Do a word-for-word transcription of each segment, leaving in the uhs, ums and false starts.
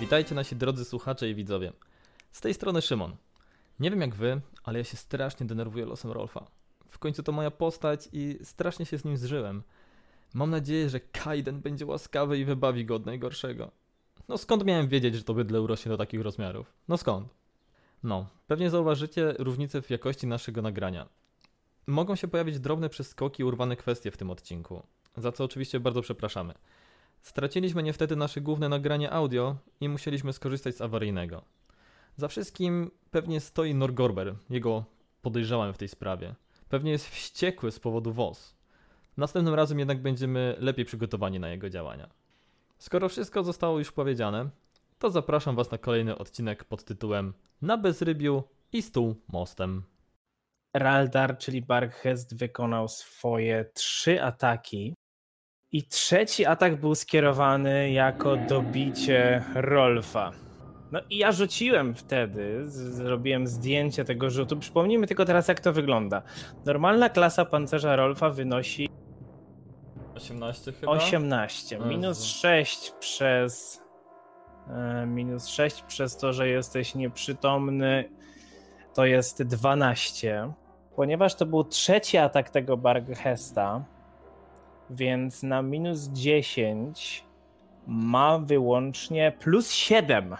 Witajcie nasi drodzy słuchacze i widzowie. Z tej strony Szymon. Nie wiem jak wy, ale ja się strasznie denerwuję losem Rolfa. W końcu to moja postać i strasznie się z nim zżyłem. Mam nadzieję, że Kaiden będzie łaskawy i wybawi go od najgorszego. No skąd miałem wiedzieć, że to bydle urośnie do takich rozmiarów? No skąd? No, pewnie zauważycie różnicę w jakości naszego nagrania. Mogą się pojawić drobne przeskoki i urwane kwestie w tym odcinku, za co oczywiście bardzo przepraszamy. Straciliśmy niestety nasze główne nagranie audio i musieliśmy skorzystać z awaryjnego. Za wszystkim pewnie stoi Norgorber, jego podejrzewam w tej sprawie. Pewnie jest wściekły z powodu W O S. Następnym razem jednak będziemy lepiej przygotowani na jego działania. Skoro wszystko zostało już powiedziane, to zapraszam was na kolejny odcinek pod tytułem Na bezrybiu i stół mostem. Raldar, czyli Barghest, wykonał swoje trzy ataki i trzeci atak był skierowany jako dobicie Rolfa. No i ja rzuciłem wtedy, zrobiłem zdjęcie tego rzutu. Przypomnijmy tylko teraz, jak to wygląda. Normalna klasa pancerza Rolfa wynosi osiemnaście chyba? osiemnaście. Minus sześć przez e, minus sześć przez to, że jesteś nieprzytomny, to jest dwanaście. Ponieważ to był trzeci atak tego Barghesta, więc na minus dziesięć ma wyłącznie plus siedem.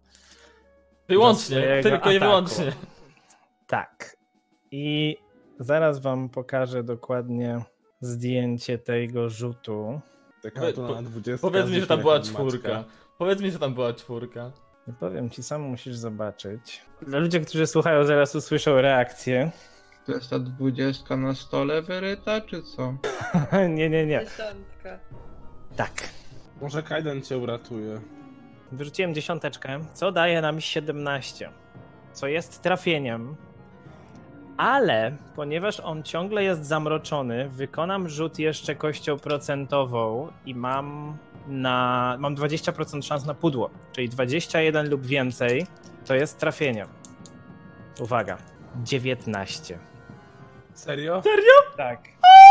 Wyłącznie, tylko ataku. i wyłącznie. Tak. I zaraz wam pokażę dokładnie zdjęcie tego rzutu. Po, po, powiedz mi, że tam była czwórka. Powiedz mi, że tam była czwórka. Nie powiem ci, sam musisz zobaczyć. Dla ludzi, którzy słuchają, zaraz usłyszą reakcję. To jest ta dwudziestka na stole wyryta, czy co? nie, nie, nie. Dziesiątka. Tak. Może Kaiden cię uratuje. Wyrzuciłem dziesiąteczkę, co daje nam siedemnaście. Co jest trafieniem. Ale ponieważ on ciągle jest zamroczony, wykonam rzut jeszcze kością procentową i mam na mam dwadzieścia procent szans na pudło. Czyli dwadzieścia jeden lub więcej to jest trafienie. Uwaga. dziewiętnaście. Serio? Serio? Tak.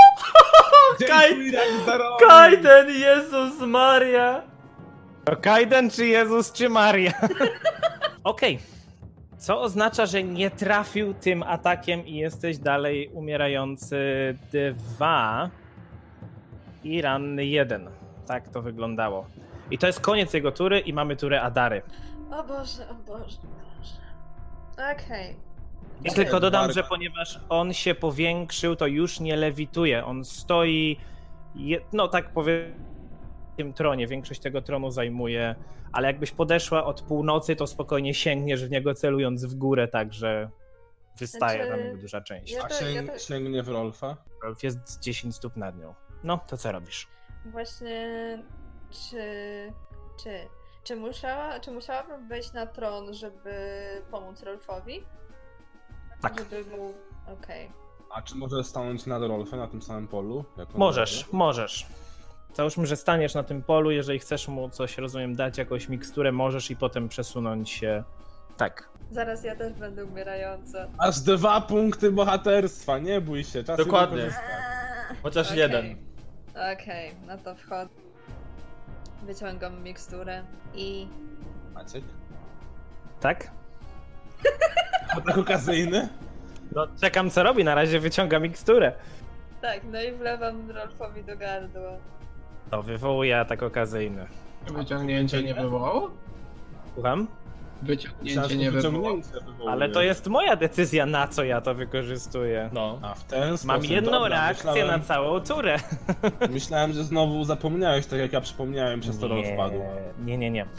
Kaiden, Jezus Maria! To Kaiden czy Jezus czy Maria? Okej. Okay. Co oznacza, że nie trafił tym atakiem i jesteś dalej umierający dwa i ranny jeden. Tak to wyglądało. I to jest koniec jego tury i mamy turę Adary. O Boże, o Boże, o Boże. Okej. Okay. I okay. Tylko dodam, że ponieważ on się powiększył, to już nie lewituje. On stoi, je, no tak powiem, w tym tronie. Większość tego tronu zajmuje, ale jakbyś podeszła od północy, to spokojnie sięgniesz w niego, celując w górę, także wystaje znaczy, tam jego duża część. Ja to, A sięg, ja to... sięgnie w Rolfa? Rolf jest dziesięć stóp nad nią. No, to co robisz? Właśnie, czy... Czy... Czy, musiała, czy musiałabym wejść na tron, żeby pomóc Rolfowi? Tak. Żeby był... Okej. Okay. A czy może stanąć nad Rolfem na tym samym polu? Możesz, robi? możesz. Załóżmy, że staniesz na tym polu, jeżeli chcesz mu coś, rozumiem, dać jakąś miksturę, możesz i potem przesunąć się. Tak. Zaraz ja też będę umierająca. Aż dwa punkty bohaterstwa, nie bój się. Czas dokładnie. Chociaż okay. jeden. Okej, okay, no to wchodzę. Wyciągam miksturę i... Maciek? Tak? Atak okazyjny? No czekam co robi, na razie wyciąga miksturę. Tak, no i wlewam Rolfowi do gardła. To wywołuje atak okazyjny. Wyciągnięcie nie wywołało? Słucham? Wyciągnięcie nie wywołało. Ale to jest moja decyzja, na co ja to wykorzystuję. No. A w ten sposób. Mam jedną dobra, reakcję myślałem, na całą turę. Myślałem, że znowu zapomniałeś, tak jak ja przypomniałem, przez to Rolf padł. Nie, nie, nie.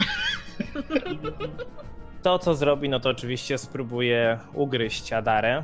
To, co zrobi, no to oczywiście spróbuje ugryźć Adarę.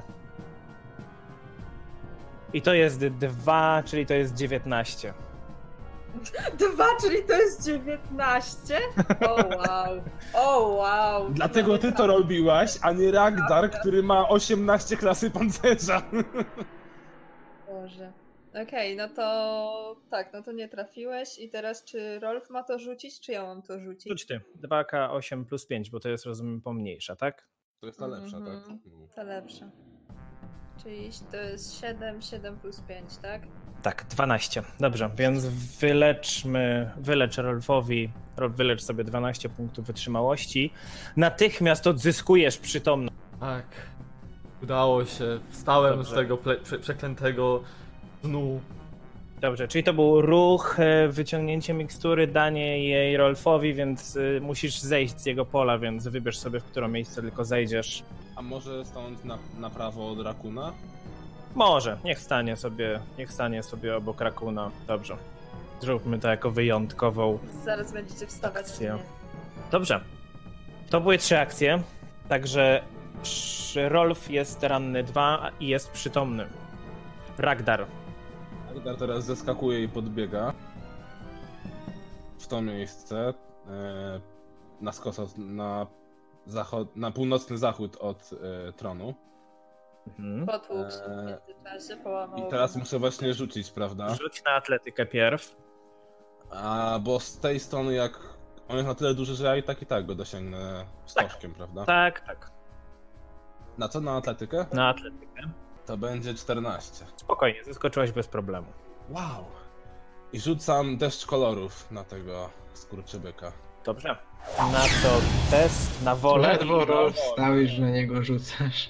I to jest dwa, czyli to jest dziewiętnaście. Dwa, czyli to jest dziewiętnaście? O wow, o wow. Dlatego ty to robiłaś, a nie Ragdar, który ma osiemnaście klasy pancerza. Boże. Okej, okay, no to tak, no to nie trafiłeś i teraz czy Rolf ma to rzucić, czy ja mam to rzucić? Rzuć ty. dwa K osiem plus pięć, bo to jest, rozumiem, pomniejsza, tak? To jest ta lepsza, mm-hmm, tak? Ta lepsza. Czyli to jest siedem, siedem plus pięć, tak? Tak, dwanaście. Dobrze, więc wyleczmy, wylecz Rolfowi, Rolf, wylecz sobie dwanaście punktów wytrzymałości. Natychmiast odzyskujesz przytomność. Tak. Udało się. Wstałem Dobrze. z tego ple- prze- przeklętego snu. Dobrze, czyli to był ruch, e, wyciągnięcie mikstury, danie jej Rolfowi, więc e, musisz zejść z jego pola, więc wybierz sobie, w które miejsce tylko zejdziesz. A może stanąć na, na prawo od Rakuna? Może, niech stanie sobie, niech stanie sobie obok Rakuna. Dobrze. Zróbmy to jako wyjątkową. Zaraz będziecie wstawać. Akcja. Nie. Dobrze. To były trzy akcje, także Sz- Rolf jest ranny dwa i jest przytomny. Ragdar. Ragnar teraz zeskakuje i podbiega w to miejsce, e, na skosa, na, zachod, na północny zachód od e, tronu. Mhm. Potłukł się w Eee, międzyczasie, połamał. I teraz muszę właśnie rzucić, prawda? Rzuć na atletykę pierw. A bo z tej strony jak on jest na tyle duży, że ja i tak i tak go dosięgnę stożkiem, prawda? Tak, tak. Na co? Na atletykę? Na atletykę. To będzie czternaście. Spokojnie, zaskoczyłeś bez problemu. Wow! I rzucam deszcz kolorów na tego skurczybyka. Dobrze. Na co test? Na wolę? Ledwo i- Rolf stałeś, że na niego rzucasz.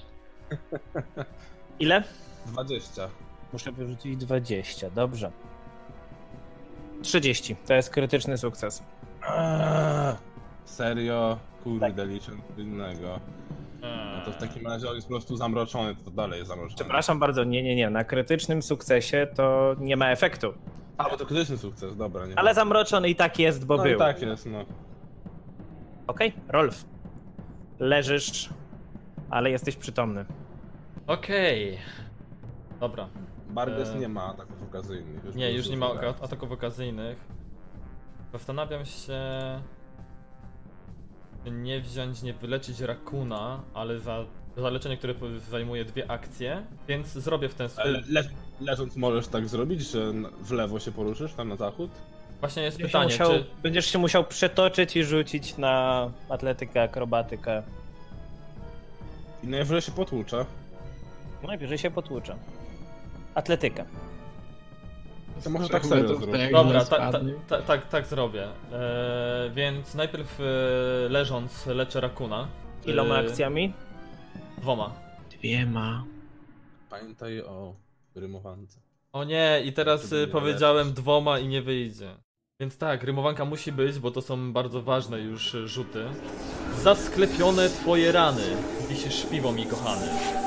Ile? dwadzieścia. Muszę wyrzucić dwadzieścia, dobrze. trzydzieści, to jest krytyczny sukces. Eee, serio? Kurde, Tak. liczę innego. No to w takim razie on jest po prostu zamroczony, to dalej jest zamroczony. Przepraszam bardzo, nie, nie, nie. Na krytycznym sukcesie to nie ma efektu. A, bo to krytyczny sukces, dobra. Nie Ale zamroczony i tak jest, bo no był. i tak jest, no. Okej, Rolf. Leżysz, ale jesteś przytomny. Okej. Dobra. Bardes Eee. nie ma ataków okazyjnych. Nie, już nie ma używa. aka- ataków okazyjnych. Zastanawiam się... czy nie wziąć, nie wyleczyć Rakuna, ale za, za leczenie, które po- zajmuje dwie akcje, więc zrobię w ten sposób. Ale le leżąc możesz tak zrobić, że na- w lewo się poruszysz, tam na zachód? Właśnie jest Będziesz, pytanie, się musiał, czy... będziesz się musiał przetoczyć i rzucić na atletykę, akrobatykę. I najwyżej się potłucze. No najwyżej się potłucze. Atletyka. To może Trzech tak serio metrów, zrobić. tak jak Dobra, nie ta, ta, spadnie. ta, tak, tak zrobię. Eee, więc najpierw e, leżąc leczę Rakuna. Iloma Eee, akcjami? Dwoma. Dwiema. Pamiętaj o rymowance. O nie, i teraz Żeby e, nie powiedziałem leczyć. dwoma i nie wyjdzie. Więc tak, rymowanka musi być, bo to są bardzo ważne już e, rzuty. Zasklepione twoje rany, wisisz śpiwo mi kochany.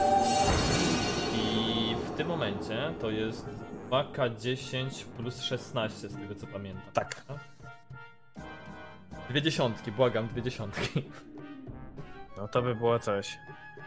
I w tym momencie to jest dwa K dziesięć plus szesnaście, z tego co pamiętam. Tak. Dwie dziesiątki, błagam, dwie dziesiątki. No to by było coś.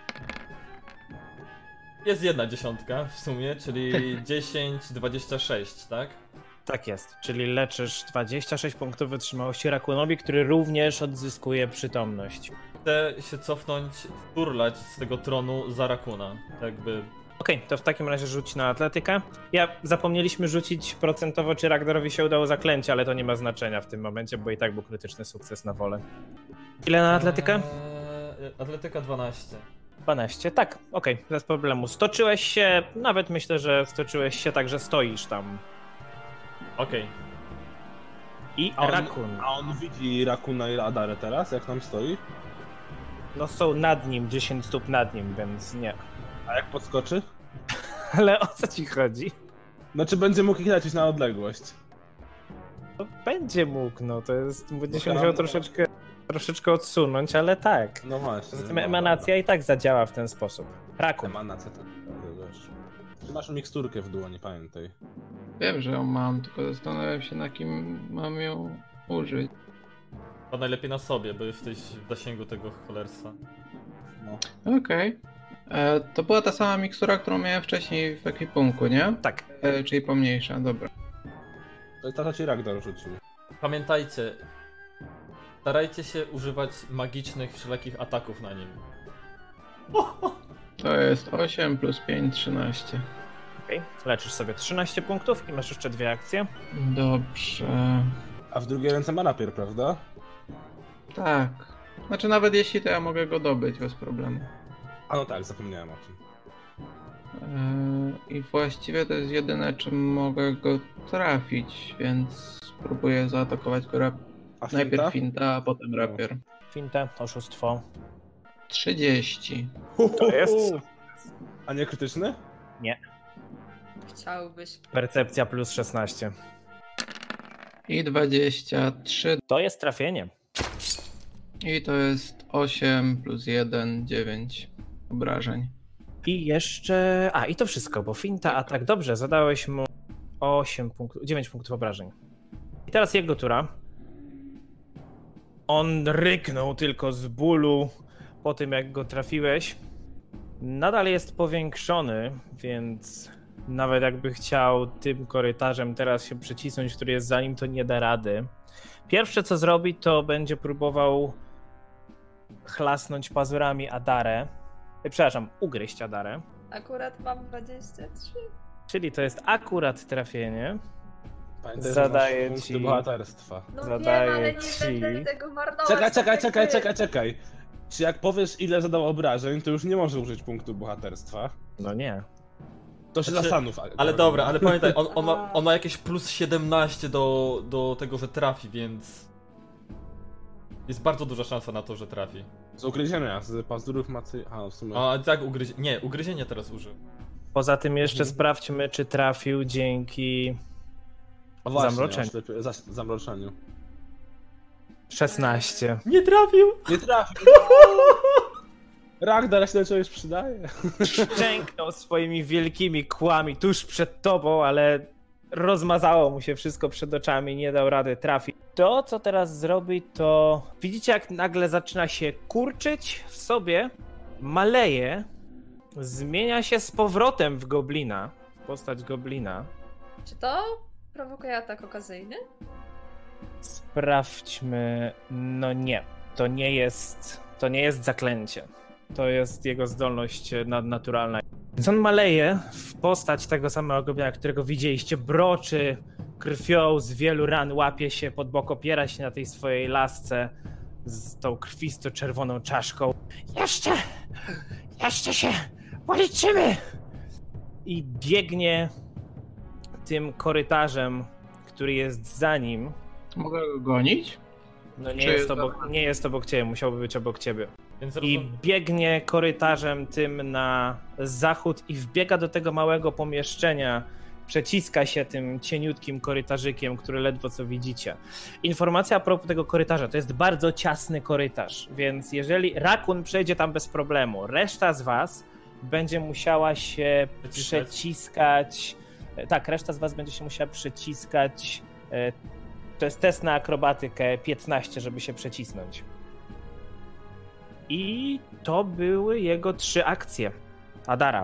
Jest jedna dziesiątka w sumie, czyli dziesięć, dwadzieścia sześć, tak? Tak jest, czyli leczysz dwadzieścia sześć punktów wytrzymałości Rakunowi, który również odzyskuje przytomność. Chcę się cofnąć, turlać z tego tronu za Rakuna. Tak jakby... Okej, to w takim razie rzuć na atletykę. Ja zapomnieliśmy rzucić procentowo, czy Ragnarowi się udało zaklęcie, ale to nie ma znaczenia w tym momencie, bo i tak był krytyczny sukces na wolę. Ile na atletykę? Eee, atletyka dwanaście. dwanaście, tak, okej, bez problemu. Stoczyłeś się, nawet myślę, że stoczyłeś się tak, że stoisz tam. Okej. I A on- Rakun. A on widzi Rakuna i Radarę teraz, jak tam stoi? No są nad nim, dziesięć stóp nad nim, więc nie. A jak podskoczy? Ale o co ci chodzi? Znaczy będzie mógł ich lecieć na odległość. No, będzie mógł, no to jest, będzie się No, musiał no. troszeczkę, troszeczkę odsunąć, ale tak. No właśnie. Poza tym no, emanacja i tak zadziała w ten sposób. dobra. Rakun. Emanacja to wiesz. Ty masz miksturkę w dłoni, pamiętaj. Wiem, że ją mam, tylko zastanawiam się, na kim mam ją użyć. To najlepiej na sobie, bo jesteś w zasięgu tego cholerstwa. No. Okej. E, To była ta sama mikstura, którą miałem wcześniej w ekwipunku, nie? Tak. E, czyli pomniejsza, dobra. To tata ci Ragnar rzucił. Pamiętajcie, starajcie się używać magicznych wszelakich ataków na nim. To jest osiem plus pięć, trzynaście. Okej, leczysz sobie trzynaście punktów i masz jeszcze dwie akcje. Dobrze. A w drugiej ręce ma napier, prawda? Tak. Znaczy nawet jeśli, to ja mogę go dobyć bez problemu. A no tak, zapomniałem o tym. Yy, I właściwie to jest jedyne, czym mogę go trafić, więc spróbuję zaatakować go rap... A najpierw finta? finta, a potem rapier. Fintę, oszustwo. trzydzieści. To jest A nie krytyczny? Chciałbyś. percepcja plus szesnaście. I dwadzieścia trzy. To jest trafienie. I to jest osiem plus jeden, dziewięć obrażeń. I jeszcze... A, i to wszystko, bo finta, a tak dobrze, zadałeś mu osiem punktów, dziewięć punktów obrażeń. I teraz jego tura. On ryknął tylko z bólu po tym, jak go trafiłeś. Nadal jest powiększony, więc nawet jakby chciał tym korytarzem teraz się przycisnąć, który jest za nim, to nie da rady. Pierwsze, co zrobi, to będzie próbował chlasnąć pazurami Adarę. Przepraszam, ugryźć Adarę. Akurat mam dwadzieścia trzy. Czyli to jest akurat trafienie. Pamiętaj, Zadaję że masz punkty ci- bohaterstwa. No Zadaję wiem, ale nie ci- będę tego marnować. Czekaj, tak czekaj, jak czekaj, ty. czekaj, czekaj. Czy jak powiesz, ile zadał obrażeń, to już nie może użyć punktu bohaterstwa. No nie. To się Znaczy, zastanów. Ale dobra, ale pamiętaj, on, on, ma, on ma jakieś plus siedemnaście do, do tego, że trafi, więc... Jest bardzo duża szansa na to, że trafi. Z ugryzienia, z pazurów macy... A, w sumie... A tak, ugryzie... Nie, ugryzienie teraz użył. Poza tym jeszcze Mhm. sprawdźmy, czy trafił dzięki A właśnie, zamroczeniu. oślepie- za- Zamroczeniu. szesnaście. Nie trafił! Nie trafił! Ragnar się na czegoś przydaje. Szczęknął swoimi wielkimi kłami tuż przed tobą, ale rozmazało mu się wszystko przed oczami, nie dał rady trafić. To, co teraz zrobi, to widzicie, jak nagle zaczyna się kurczyć w sobie, maleje, zmienia się z powrotem w goblina, w postać goblina. Czy to prowokuje atak okazyjny? Sprawdźmy. No nie. To nie jest. To nie jest zaklęcie. To jest jego zdolność nadnaturalna. Więc on maleje w postać tego samego goblina, którego widzieliście. Broczy krwią z wielu ran, łapie się pod bok, opiera się na tej swojej lasce z tą krwisto-czerwoną czaszką. Jeszcze! Jeszcze się policzymy! I biegnie tym korytarzem, który jest za nim. Mogę go gonić? No nie Czy jest, jest obok, nie jest obok ciebie, musiałby być obok ciebie. Więc I rozum... biegnie korytarzem tym na zachód i wbiega do tego małego pomieszczenia. Przeciska się tym cieniutkim korytarzykiem, który ledwo co widzicie. Informacja a propos tego korytarza, to jest bardzo ciasny korytarz, więc jeżeli Rakun przejdzie tam bez problemu, reszta z was będzie musiała się Przeciskać. przeciskać. Tak, reszta z was będzie się musiała przeciskać. e, To jest test na akrobatykę piętnaście, żeby się przecisnąć. I to były jego trzy akcje. Adara.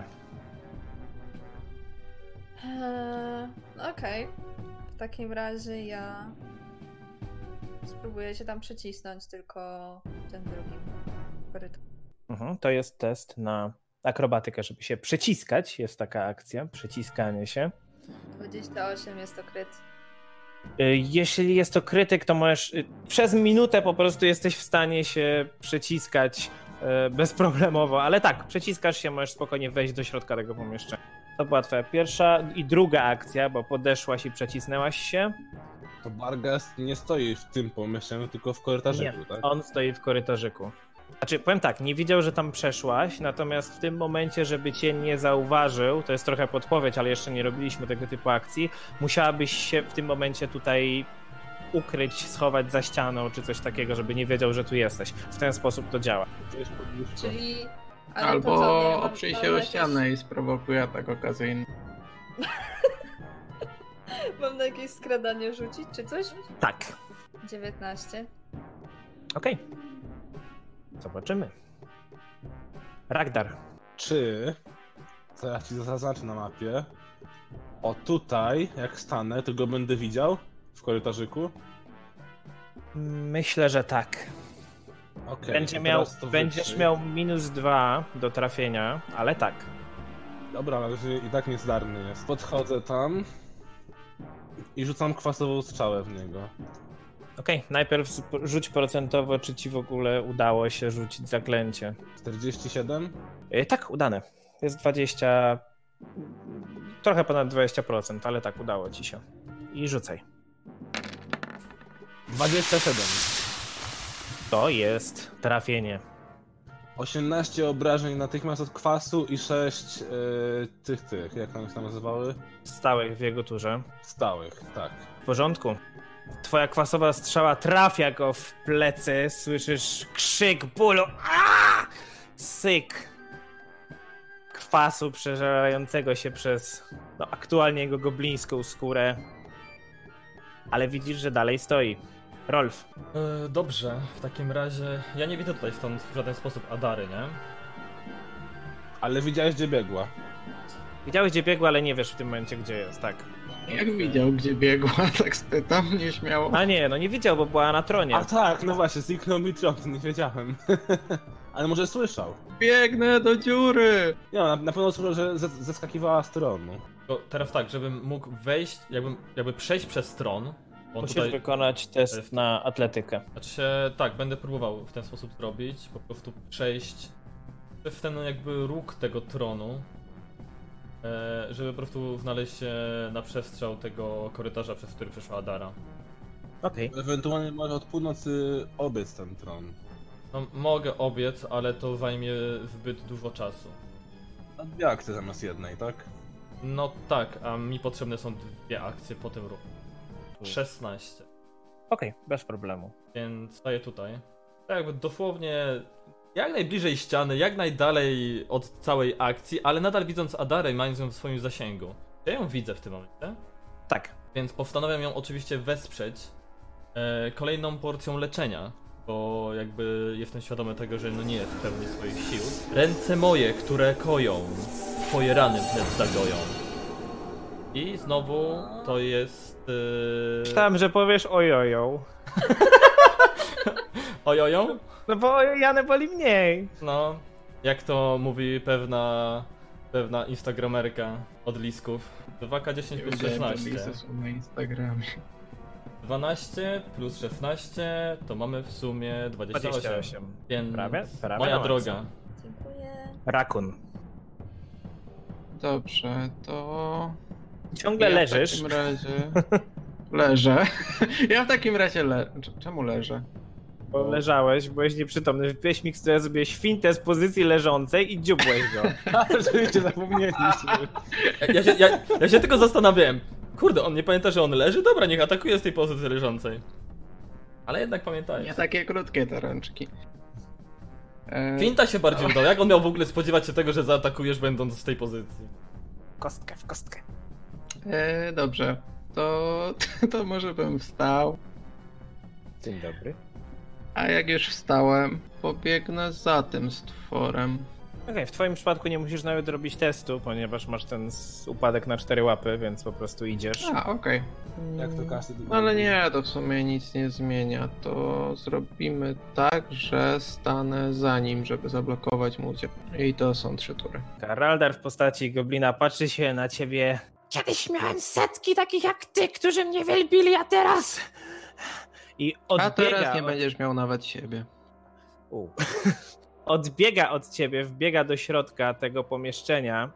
Eee, Okej. W takim razie ja spróbuję się tam przycisnąć, tylko ten drugi korytarz. Mhm, to jest test na akrobatykę, żeby się przeciskać. Jest taka akcja, przeciskanie się. dwadzieścia osiem jest to kryt. Y, Jeśli jest to krytyk, to możesz y, przez minutę po prostu jesteś w stanie się przeciskać y, bezproblemowo, ale tak, przeciskasz się, możesz spokojnie wejść do środka tego pomieszczenia. To była twoja pierwsza i druga akcja, bo podeszłaś i przecisnęłaś się. To Bargast nie stoi w tym pomieszczeniu, tylko w korytarzyku, Nie, tak? on stoi w korytarzyku. Znaczy, powiem tak, nie widział, że tam przeszłaś, natomiast w tym momencie, żeby cię nie zauważył, to jest trochę podpowiedź, ale jeszcze nie robiliśmy tego typu akcji, musiałabyś się w tym momencie tutaj ukryć, schować za ścianą, czy coś takiego, żeby nie wiedział, że tu jesteś. W ten sposób to działa. To jest podłużko. Czyli... ale Albo to co, nie mam- oprzyj się mam o jakieś- ścianę i sprowokuje atak okazyjny. Mam na jakieś skradanie rzucić, czy coś? Tak. dziewiętnaście. Okej. Zobaczymy. Ragdar. Czy, co ja ci zaznaczę na mapie, o tutaj, jak stanę, to go będę widział w korytarzyku? Myślę, że tak. Okej, Będzie to miał, teraz to będziesz wytrzyj. miał minus dwa do trafienia, ale tak. Dobra, ale że i tak niezdarny jest. Podchodzę tam i rzucam kwasową strzałę w niego. Okej, najpierw sp- rzuć procentowo, czy ci w ogóle udało się rzucić zaklęcie. czterdzieści siedem? E, tak, udane. Jest dwadzieścia Trochę ponad dwadzieścia procent, ale tak udało ci się. I rzucaj. dwadzieścia siedem. To jest trafienie. osiemnaście obrażeń natychmiast od kwasu i sześć yy, tych, tych, jak tam się nazywały? Stałych w jego turze. Stałych, tak. W porządku. Twoja kwasowa strzała trafia go w plecy. Słyszysz krzyk bólu. Aaaa! Syk kwasu przeżerającego się przez no, aktualnie jego goblińską skórę. Ale widzisz, że dalej stoi. Rolf. E, dobrze, w takim razie ja nie widzę tutaj stąd w żaden sposób Adary, nie? Ale widziałeś, gdzie biegła. Widziałeś, gdzie biegła, ale nie wiesz w tym momencie, gdzie jest, tak. Jak widział, gdzie biegła, tak spytam, nieśmiało. A nie, no nie widział, bo była na tronie. A tak, no właśnie, zniknął mi tron, nie wiedziałem. Ale może słyszał. Biegnę do dziury! Nie, na, na pewno słyszał, że zes- zeskakiwała z tronu. To teraz tak, żebym mógł wejść, jakbym, jakby przejść przez tron. On Musisz tutaj, wykonać test na atletykę. znaczy się, tak, będę próbował w ten sposób zrobić, po prostu przejść w ten jakby róg tego tronu, e, żeby po prostu znaleźć się na przestrzał tego korytarza, przez który przeszła Adara. Okej. Ewentualnie może od północy obiec ten tron. No, mogę obiec, ale to zajmie zbyt dużo czasu. A dwie akcje zamiast jednej, tak? No tak, a mi potrzebne są dwie akcje po tym ruchu. szesnaście. Okej, bez problemu. Więc staję tutaj. Tak jakby dosłownie jak najbliżej ściany, jak najdalej od całej akcji, ale nadal widząc Adarę i mając ją w swoim zasięgu. Ja ją widzę w tym momencie, Tak. więc postanawiam ją oczywiście wesprzeć e, kolejną porcją leczenia, bo jakby jestem świadomy tego, że no nie jest w pełni swoich sił. Ręce moje, które koją, twoje rany wnet zagoją. I znowu to jest... Yy... Myślałem, że powiesz ojoją. Ojoją? No bo Janę boli mniej. No, jak to mówi pewna pewna instagramerka od lisków. dwa K dziesięć plus szesnaście. są na Instagramie. dwanaście plus szesnaście to mamy w sumie dwadzieścia osiem. dwadzieścia osiem. Więc Prawie? Prawie moja na droga. maksa. Dziękuję. Rakun. Dobrze, to... Ciągle ja leżysz. W takim razie... Leżę. Ja w takim razie le... Czemu leżę? Bo leżałeś, byłeś nieprzytomny. Wypiłeś miksturę, zrobiłeś fintę z pozycji leżącej i dziubłeś go. Oczywiście zapomnieliśmy. Ja się, ja, ja się tylko zastanawiałem. Kurde, on nie pamięta, że on leży? Dobra, niech atakuje z tej pozycji leżącej. Ale jednak pamiętaj. Nie takie krótkie te rączki. E... Finta się bardziej udał. Jak on miał w ogóle spodziewać się tego, że zaatakujesz będąc w tej pozycji? Kostkę w kostkę. E, dobrze, to, to może bym wstał. Dzień dobry. A jak już wstałem, pobiegnę za tym stworem. Okej, okay, w twoim przypadku nie musisz nawet robić testu, ponieważ masz ten upadek na cztery łapy, więc po prostu idziesz. A, okej. Jak to każdy... Okay. Ale nie, to w sumie nic nie zmienia. To zrobimy tak, że stanę za nim, żeby zablokować mu uciek. I to są trzy tury. Raldar w postaci goblina patrzy się na ciebie. Kiedyś miałem setki takich jak ty, którzy mnie wielbili, a teraz... I odbiega A teraz nie od... będziesz miał nawet siebie. U. Odbiega od ciebie, wbiega do środka tego pomieszczenia.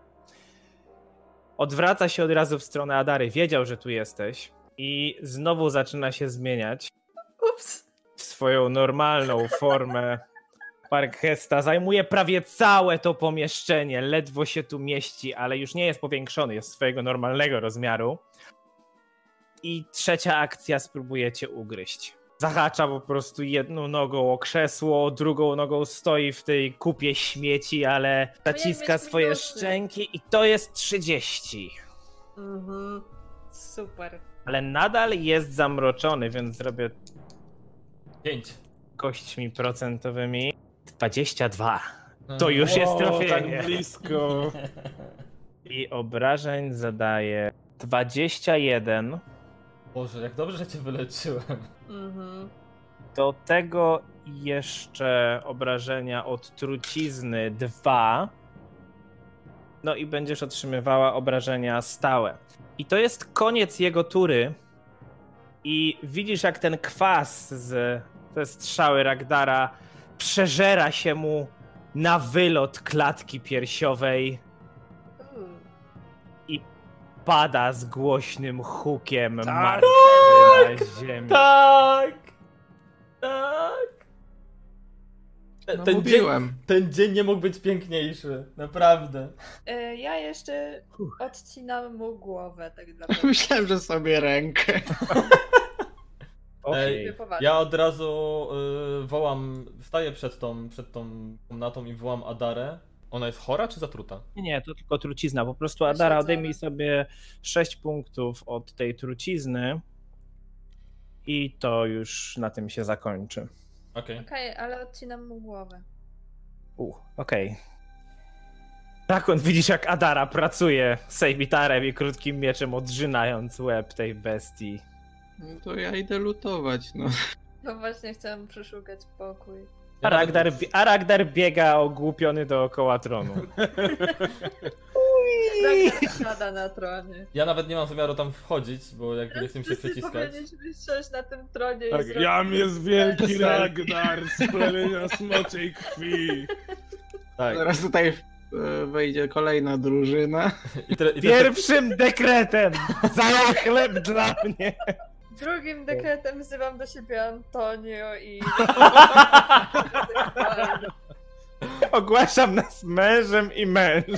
Odwraca się od razu w stronę Adary. Wiedział, że tu jesteś. I znowu zaczyna się zmieniać. Ups. W swoją normalną formę. Parkhesta zajmuje prawie całe to pomieszczenie. Ledwo się tu mieści, ale już nie jest powiększony. Jest swojego normalnego rozmiaru. I trzecia akcja, spróbujecie ugryźć. Zahacza po prostu jedną nogą o krzesło, drugą nogą stoi w tej kupie śmieci, ale zaciska mieć swoje minusy. szczęki i to jest trzydzieści. Mhm. Super. Ale nadal jest zamroczony, więc zrobię pięć. kośćmi procentowymi. dwadzieścia dwa. To już jest O, trafienie. tak blisko. I obrażeń zadaje dwadzieścia jeden. Boże, jak dobrze, że cię wyleczyłem. Mhm. Do tego jeszcze obrażenia od trucizny dwa. No i będziesz otrzymywała obrażenia stałe. I to jest koniec jego tury. I widzisz, jak ten kwas z te strzały Ragdara przeżera się mu na wylot klatki piersiowej. Mm. pada z głośnym hukiem Tak. martwy na ziemi. Tak! Tak! Ten, No ten, dzień, mówiłem. ten dzień nie mógł być piękniejszy, naprawdę. E, Ja jeszcze odcinam mu głowę, tak dla mnie. Myślałem, że sobie rękę. Okej. Ej, Poważnie. ja od razu y, wołam, staję przed tą, przed tą komnatą i wołam Adarę. Ona jest chora czy zatruta? Nie, nie, to tylko trucizna. Po prostu Adara, odejmij sobie sześć punktów od tej trucizny i to już na tym się zakończy. Okej. Okej, ale odcinam mu głowę. U, okej. Tak, on widzisz jak Adara pracuje sejmitarem i krótkim mieczem, odrzynając łeb tej bestii. No to ja idę lutować, no. No właśnie chciałam przeszukać pokój. Ja Aragdar, nawet- bie- Aragdar biega ogłupiony dookoła tronu. Ragnar siada na tronie. Ja nawet nie mam zamiaru tam wchodzić, bo jakby nie chcę mi się Wszyscy przyciskać. powinniśmy siąść na tym tronie Tak, i zrobić... jam jest wielki Selfie. Ragnar z plemienia smoczej krwi. Tak. Zaraz tutaj e, wejdzie kolejna drużyna. I te, i te, Pierwszym dekretem za chleb dla mnie. Drugim dekretem wzywam do siebie Antonio i... Ogłaszam nas mężem i mężem.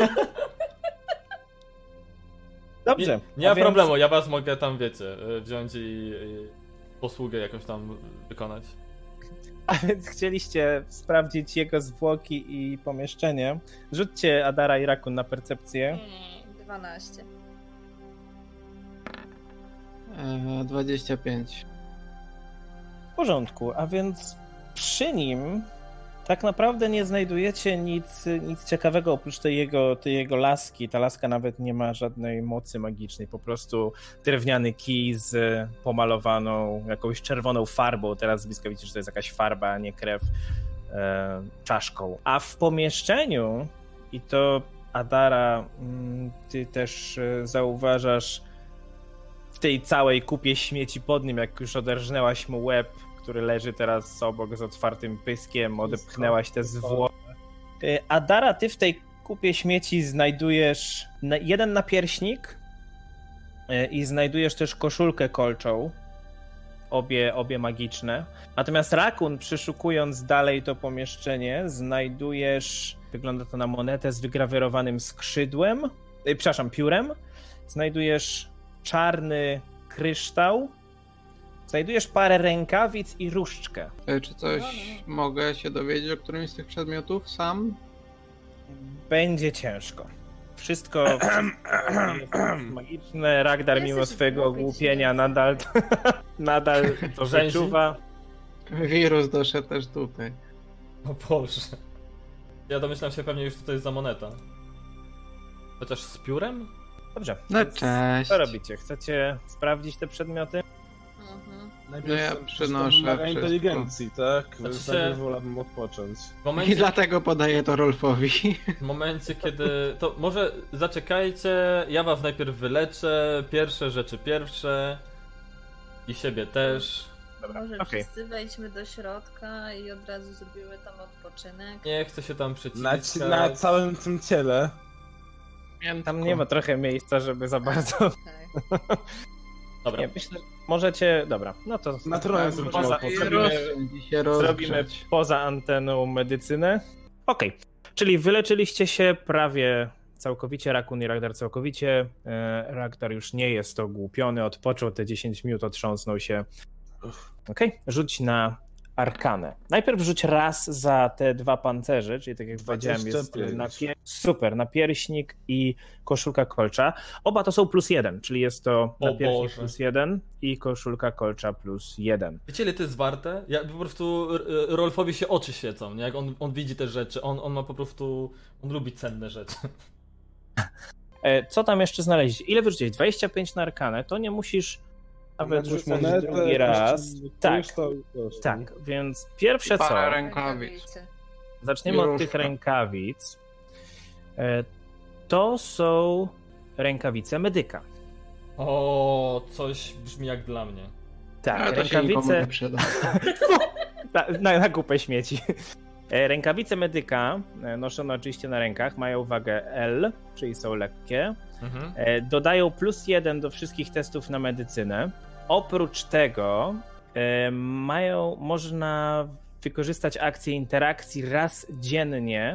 Dobrze. nie nie ma a więc- problemu, ja was mogę tam, wiecie, y, wziąć i, i posługę jakąś tam wykonać. A więc chcieliście sprawdzić jego zwłoki i pomieszczenie. Rzućcie Adara i Rakun na percepcję. Mm, dwanaście. E, dwadzieścia pięć. W porządku, a więc przy nim tak naprawdę nie znajdujecie nic, nic ciekawego oprócz tej jego, tej jego laski. Ta laska nawet nie ma żadnej mocy magicznej, po prostu drewniany kij z pomalowaną jakąś czerwoną farbą. Teraz z bliska widzicie, że to jest jakaś farba, a nie krew, e, czaszką. A w pomieszczeniu, i to Adara, mm, ty też e, zauważasz w tej całej kupie śmieci pod nim, jak już oderżnęłaś mu łeb, który leży teraz obok z otwartym pyskiem, odepchnęłaś te zwłoki. Y, Adara, ty w tej kupie śmieci znajdujesz na- jeden napierśnik y, i znajdujesz też koszulkę kolczą, obie, obie magiczne. Natomiast Rakun, przeszukując dalej to pomieszczenie, znajdujesz, wygląda to na monetę z wygrawerowanym skrzydłem, y, przepraszam, piórem. Znajdujesz czarny kryształ. Znajdujesz parę rękawic i różdżkę. E, czy coś mogę się dowiedzieć o którymś z tych przedmiotów sam? Będzie ciężko. Wszystko, wszystko jest magiczne. Ragnar Jesteś mimo swojego głupi, ogłupienia ci nadal, nadal to Rzęzi? wyczuwa. Wirus doszedł też tutaj. O Boże. Ja domyślam się pewnie już, co to jest za moneta. Chociaż z piórem? Dobrze. No więc cześć. Co robicie? Chcecie sprawdzić te przedmioty? Mhm. No ja przynoszę wymaga wszystko. inteligencji, tak? Więc Znaczy się- tak wolałbym odpocząć. W I momencie, dlatego podaję to Rolfowi. w momencie, kiedy... To może zaczekajcie, ja was najpierw wyleczę, pierwsze rzeczy pierwsze. I siebie też. Może okej. wszyscy wejdźmy do środka i od razu zrobimy tam odpoczynek. Nie chcę się tam Na, przyciskać. ci- na całym tym ciele. Tam nie ma trochę miejsca, żeby za bardzo... Tak. Dobra. Nie, myślę, że możecie... Dobra, no to Na tronie sobie poza, trzeba zrobimy, Rozciąć się zrobimy rozgrzać. poza anteną medycynę. Okej, czyli wyleczyliście się prawie całkowicie, Rakun i Ragnar całkowicie. E, Ragnar już nie jest ogłupiony, odpoczął te dziesięć minut, otrząsnął się. Okej, rzuć na arkanę. Najpierw rzuć raz za te dwa pancerze, czyli tak jak powiedziałem, jest pięć. napie- super, napierśnik i koszulka kolcza. Oba to są plus jeden, czyli jest to O napierśnik Boże. plus jeden i koszulka kolcza plus jeden. Wiecie, ile to jest warte? Ja po prostu R- R- Rolfowi się oczy świecą, nie? Jak on, on widzi te rzeczy, on, on ma po prostu... On lubi cenne rzeczy. E, Co tam jeszcze znaleźć? Ile wyrzuciłeś? dwadzieścia pięć na arkanę, to nie musisz nawet Jakąś rzucać monetę, drugi jakiś raz. Tak, kryształ i coś. tak, więc pierwsze co, Parę rękawic. Rękawice. zaczniemy od tych Różka. rękawic. E, To są rękawice medyka. O, coś brzmi jak dla mnie. Tak, Ale to się nikomu rękawice nie przyda. na, na, na kupę śmieci. E, Rękawice medyka, e, noszone oczywiście na rękach, mają wagę L, czyli są lekkie. Mhm. E, dodają plus jeden do wszystkich testów na medycynę. Oprócz tego e, mają, można wykorzystać akcję interakcji raz dziennie,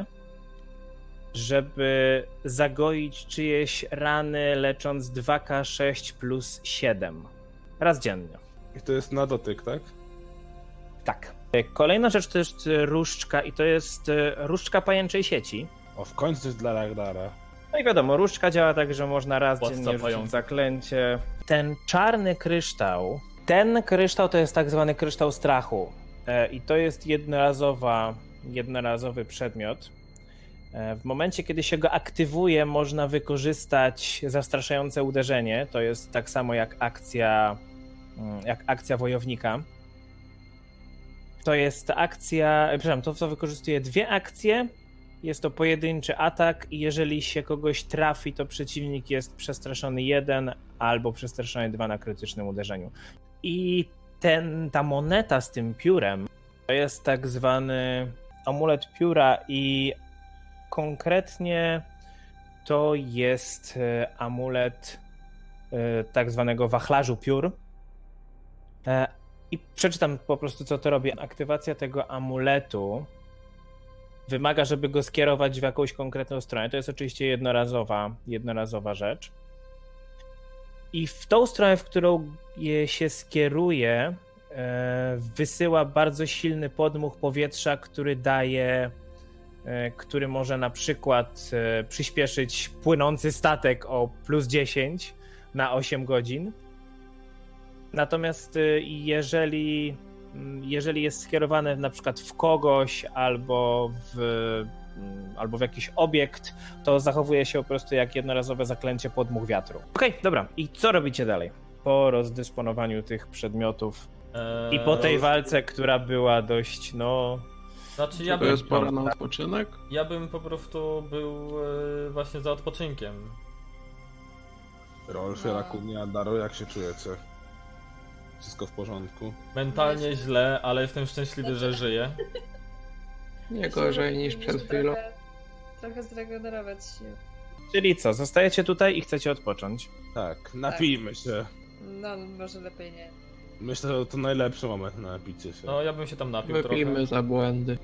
żeby zagoić czyjeś rany, lecząc dwa K sześć plus siedem. Raz dziennie. I to jest na dotyk, tak? Tak. Kolejna rzecz to jest różdżka i to jest różdżka pajęczej sieci. O, w końcu coś dla Ragdara. No i wiadomo, różdżka działa tak, że można raz Władca dziennie pająka. rzucić zaklęcie. Ten czarny kryształ, ten kryształ to jest tak zwany kryształ strachu. E, I to jest jednorazowa, jednorazowy przedmiot. E, w momencie, kiedy się go aktywuje, można wykorzystać zastraszające uderzenie. To jest tak samo jak akcja, mm, jak akcja wojownika. To jest akcja, przepraszam, to co wykorzystuje dwie akcje. Jest to pojedynczy atak i jeżeli się kogoś trafi, to przeciwnik jest przestraszony jeden albo przestraszony dwa na krytycznym uderzeniu. I ten, ta moneta z tym piórem to jest tak zwany amulet pióra i konkretnie to jest amulet tak zwanego wachlarzu piór. I przeczytam po prostu, co to robi. Aktywacja tego amuletu wymaga, żeby go skierować w jakąś konkretną stronę. To jest oczywiście jednorazowa, jednorazowa rzecz. I w tą stronę, w którą je się skieruje, wysyła bardzo silny podmuch powietrza, który daje, który może na przykład przyspieszyć płynący statek o plus dziesięć na osiem godzin. Natomiast jeżeli, jeżeli jest skierowane na przykład w kogoś albo w, albo w jakiś obiekt, to zachowuje się po prostu jak jednorazowe zaklęcie podmuch wiatru. Okej, okay, dobra. I co robicie dalej? Po rozdysponowaniu tych przedmiotów Eee, i po tej walce, która była dość, no... Znaczy ja To bym, jest pora na odpoczynek? ja bym po prostu był e, właśnie za odpoczynkiem. Rolfie, No. Rakunia, Daro, jak się czujecie? Wszystko w porządku? Mentalnie źle, ale jestem szczęśliwy, że żyję. Nie gorzej niż przed Musimy chwilą. Trochę, trochę zregenerować sił. Czyli co, zostajecie tutaj i chcecie odpocząć? Tak, napijmy się. No, może lepiej nie. Myślę, że to najlepszy moment na napicie się. No ja bym się tam napił Wypijmy trochę. za błędy.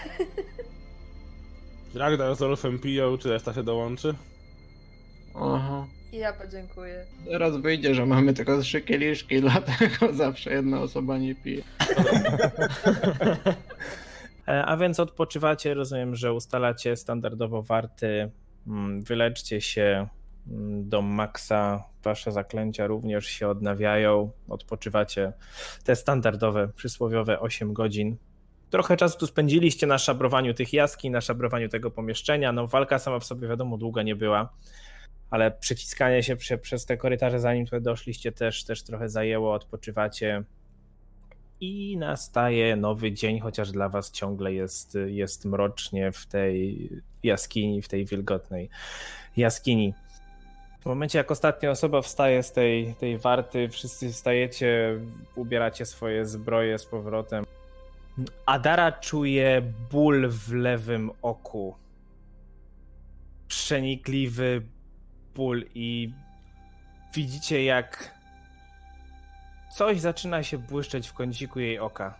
Ragdar z Rolfem piją, czy reszta się dołączy? Aha. I ja podziękuję. Teraz wyjdzie, że mamy tylko trzy kieliszki, dlatego zawsze jedna osoba nie pije. A więc odpoczywacie, rozumiem, że ustalacie standardowo warty, wyleczcie się do maksa, wasze zaklęcia również się odnawiają, odpoczywacie te standardowe, przysłowiowe osiem godzin. Trochę czasu tu spędziliście na szabrowaniu tych jaskiń, na szabrowaniu tego pomieszczenia, no walka sama w sobie wiadomo długa nie była, ale przyciskanie się prze, przez te korytarze, zanim tutaj doszliście, też, też trochę zajęło, odpoczywacie. I nastaje nowy dzień, chociaż dla was ciągle jest, jest mrocznie w tej jaskini, w tej wilgotnej jaskini. W momencie, jak ostatnia osoba wstaje z tej, tej warty, wszyscy wstajecie, ubieracie swoje zbroje z powrotem. Adara czuje ból w lewym oku. Przenikliwy ból i widzicie, jak coś zaczyna się błyszczeć w kąciku jej oka.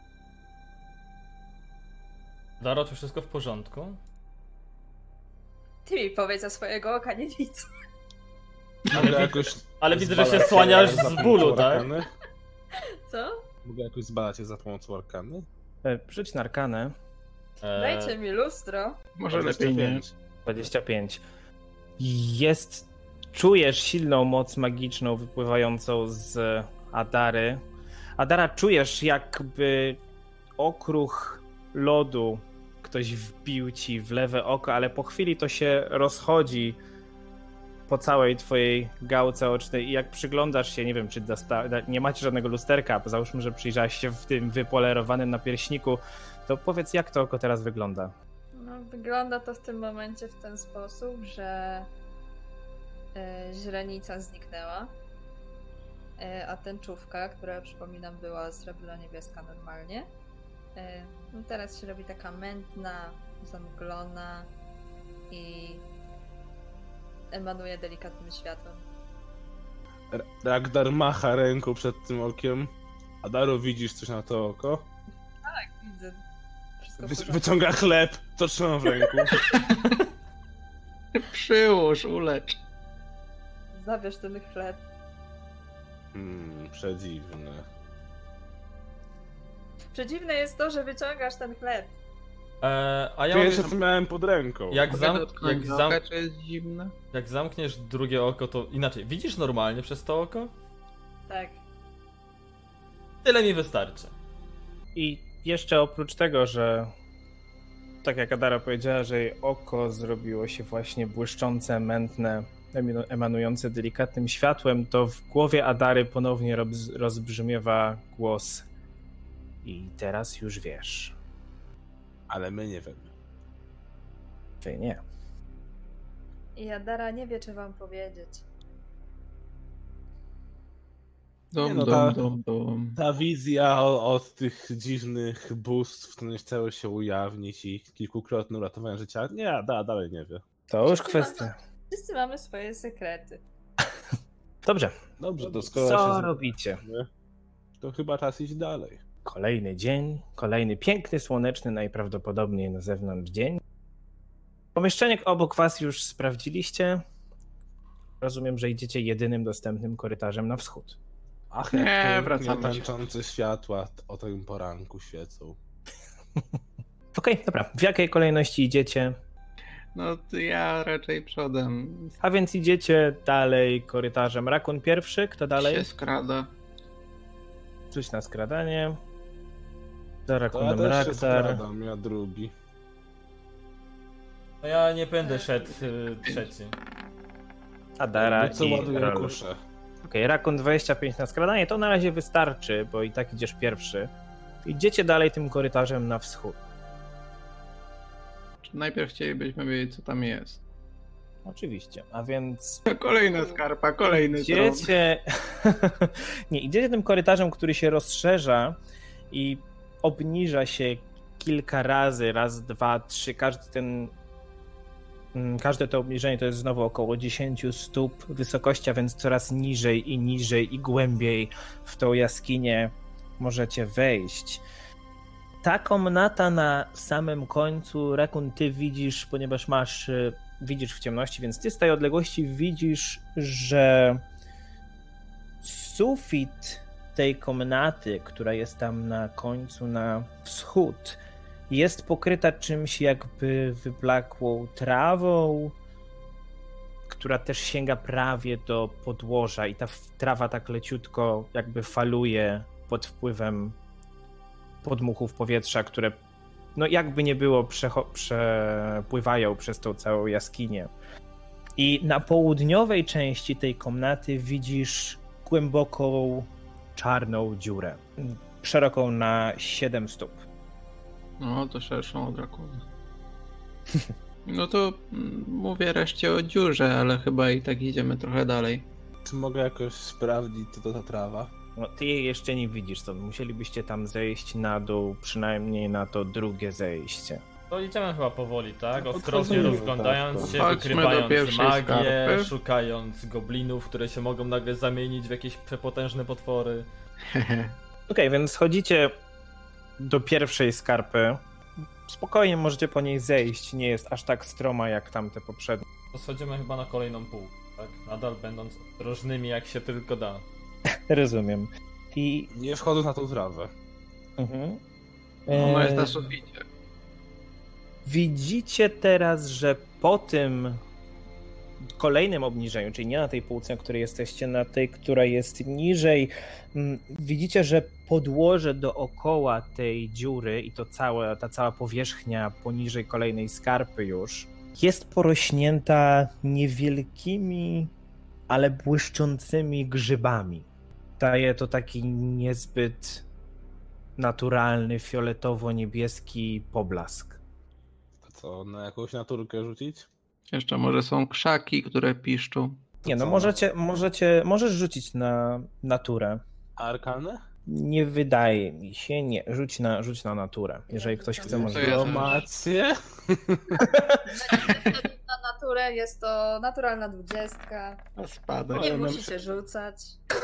Daro, czy wszystko w porządku? Ty mi powiedz za swojego oka, nie widzę. Ale, Mogę wi- jakoś ale widzę, że się zbadać słaniasz za z pomocą bólu, tak? arkany? Co? Mogę jakoś zbadać je za pomocą arkany? E, Rzuć na arkanę. Eee, Dajcie mi lustro. Może dwadzieścia lepiej nie. pięć. dwadzieścia pięć. Jest, czujesz silną moc magiczną wypływającą z Adary. Adara, czujesz, jakby okruch lodu ktoś wbił ci w lewe oko, ale po chwili to się rozchodzi po całej twojej gałce ocznej i jak przyglądasz się, nie wiem, czy dosta- nie macie żadnego lusterka, załóżmy, że przyjrzałaś się w tym wypolerowanym napierśniku, to powiedz, jak to oko teraz wygląda. No, wygląda to w tym momencie w ten sposób, że e, źrenica zniknęła, e, a tęczówka, która przypominam była srebrno-niebieska normalnie, e, no teraz się robi taka mętna, zamglona i emanuje delikatnym światłem. R- Ragnar macha ręką przed tym okiem. Adaro, widzisz coś na to oko? Tak, widzę. Wszystko w Wy- porządku. wyciąga chleb, to trzymam w ręku. Przyłóż, ulecz. Zabierz ten chleb. Hmm, przedziwne. Przedziwne jest to, że wyciągasz ten chleb. Eee, a ja Pierwsze mam, co miałem pod ręką. jak, Mogę zam, dotknąć jak, zam, oka, czy jest zimne? jak zamkniesz drugie oko, to inaczej. Widzisz normalnie przez to oko? Tak. Tyle mi wystarczy. I jeszcze oprócz tego, że tak jak Adara powiedziała, że jej oko zrobiło się właśnie błyszczące, mętne, emi- emanujące delikatnym światłem, to w głowie Adary ponownie roz- rozbrzmiewa głos. I teraz już wiesz. Ale my nie wiemy. Ty nie. I Adara nie wie, czy wam powiedzieć. Dom, Nie no, dom, ta- dom, dom. Ta wizja o, od tych dziwnych bóstw, to nie chciało się ujawnić i kilkukrotne uratowanie życia. Nie, da, dalej nie wie. To już kwestia. Wszyscy mamy swoje sekrety. Dobrze, Dobrze, to skoro co się robicie? znamy, to chyba czas iść dalej. Kolejny dzień, kolejny piękny, słoneczny, najprawdopodobniej na zewnątrz dzień. Pomieszczenie obok was już sprawdziliście. Rozumiem, że idziecie jedynym dostępnym korytarzem na wschód. Ach, Nie, jak pięknie wracamy się. tańczące światła o tym poranku świecą. Okej, dobra. W jakiej kolejności idziecie? No to ja raczej przodem. A więc idziecie dalej korytarzem. Rakun pierwszy, kto dalej? Się skrada. Rzuć na skradanie. Za To ja Rakunem też się Ragdar. skradam, ja drugi. No ja nie będę szedł y, trzeci. Adara No co i ładuję Rolf. kuszę. Okej, Rakun dwadzieścia pięć na skradanie, to na razie wystarczy, bo i tak idziesz pierwszy. Idziecie dalej tym korytarzem na wschód. Czy najpierw chcielibyśmy wiedzieć, co tam jest? Oczywiście, a więc Kolejna skarpa, kolejny tron. idziecie... Nie, idziecie tym korytarzem, który się rozszerza i obniża się kilka razy, raz, dwa, trzy, każdy ten... mm, Każde to obniżenie to jest znowu około dziesięć stóp wysokości, a więc coraz niżej i niżej i głębiej w tą jaskinię możecie wejść. Ta komnata na samym końcu, Rakun, ty widzisz, ponieważ masz, y, widzisz w ciemności, więc ty z tej odległości widzisz, że sufit tej komnaty, która jest tam na końcu na wschód, jest pokryta czymś jakby wyblakłą trawą, która też sięga prawie do podłoża i ta f- trawa tak leciutko jakby faluje pod wpływem podmuchów powietrza, które no jakby nie było przecho- przepływają przez tą całą jaskinię. I na południowej części tej komnaty widzisz głęboką, czarną dziurę, szeroką na siedem stóp. No, to szerszą od Rakuna. No to mm, mówię reszcie o dziurze, ale chyba i tak idziemy trochę dalej. Czy mogę jakoś sprawdzić, co to ta trawa? No, ty jej jeszcze nie widzisz, to musielibyście tam zejść na dół, przynajmniej na to drugie zejście. To idziemy chyba powoli, tak? No, Ostrożnie podchodzimy, rozglądając tak, się, Chodźmy do wykrywając pierwszej magię, skarpy. szukając goblinów, które się mogą nagle zamienić w jakieś przepotężne potwory. Okej, więc schodzicie do pierwszej skarpy. Spokojnie możecie po niej zejść, nie jest aż tak stroma jak tamte poprzednie. To schodzimy chyba na kolejną pół, tak? Nadal będąc ostrożnymi jak się tylko da. Rozumiem. I... Nie wchodzę na tą trawę. Mhm. Ona jest na Eee, suficie. Widzicie teraz, że po tym kolejnym obniżeniu, czyli nie na tej półce, na której jesteście, na tej, która jest niżej, mm, widzicie, że podłoże dookoła tej dziury i to całe, ta cała powierzchnia poniżej kolejnej skarpy już jest porośnięta niewielkimi, ale błyszczącymi grzybami. Daje to taki niezbyt naturalny, fioletowo-niebieski poblask. To co, na jakąś naturkę rzucić? Jeszcze może są krzaki, które piszczą. Nie, no co? możecie, możecie, możesz rzucić na naturę. A arkanę? Nie wydaje mi się, nie. Rzuć na, rzuć na naturę. Jeżeli ktoś chce, To może. ja też. Informacje? Na naturę, jest to naturalna dwudziestka. A spada. Nie musicie rzucać.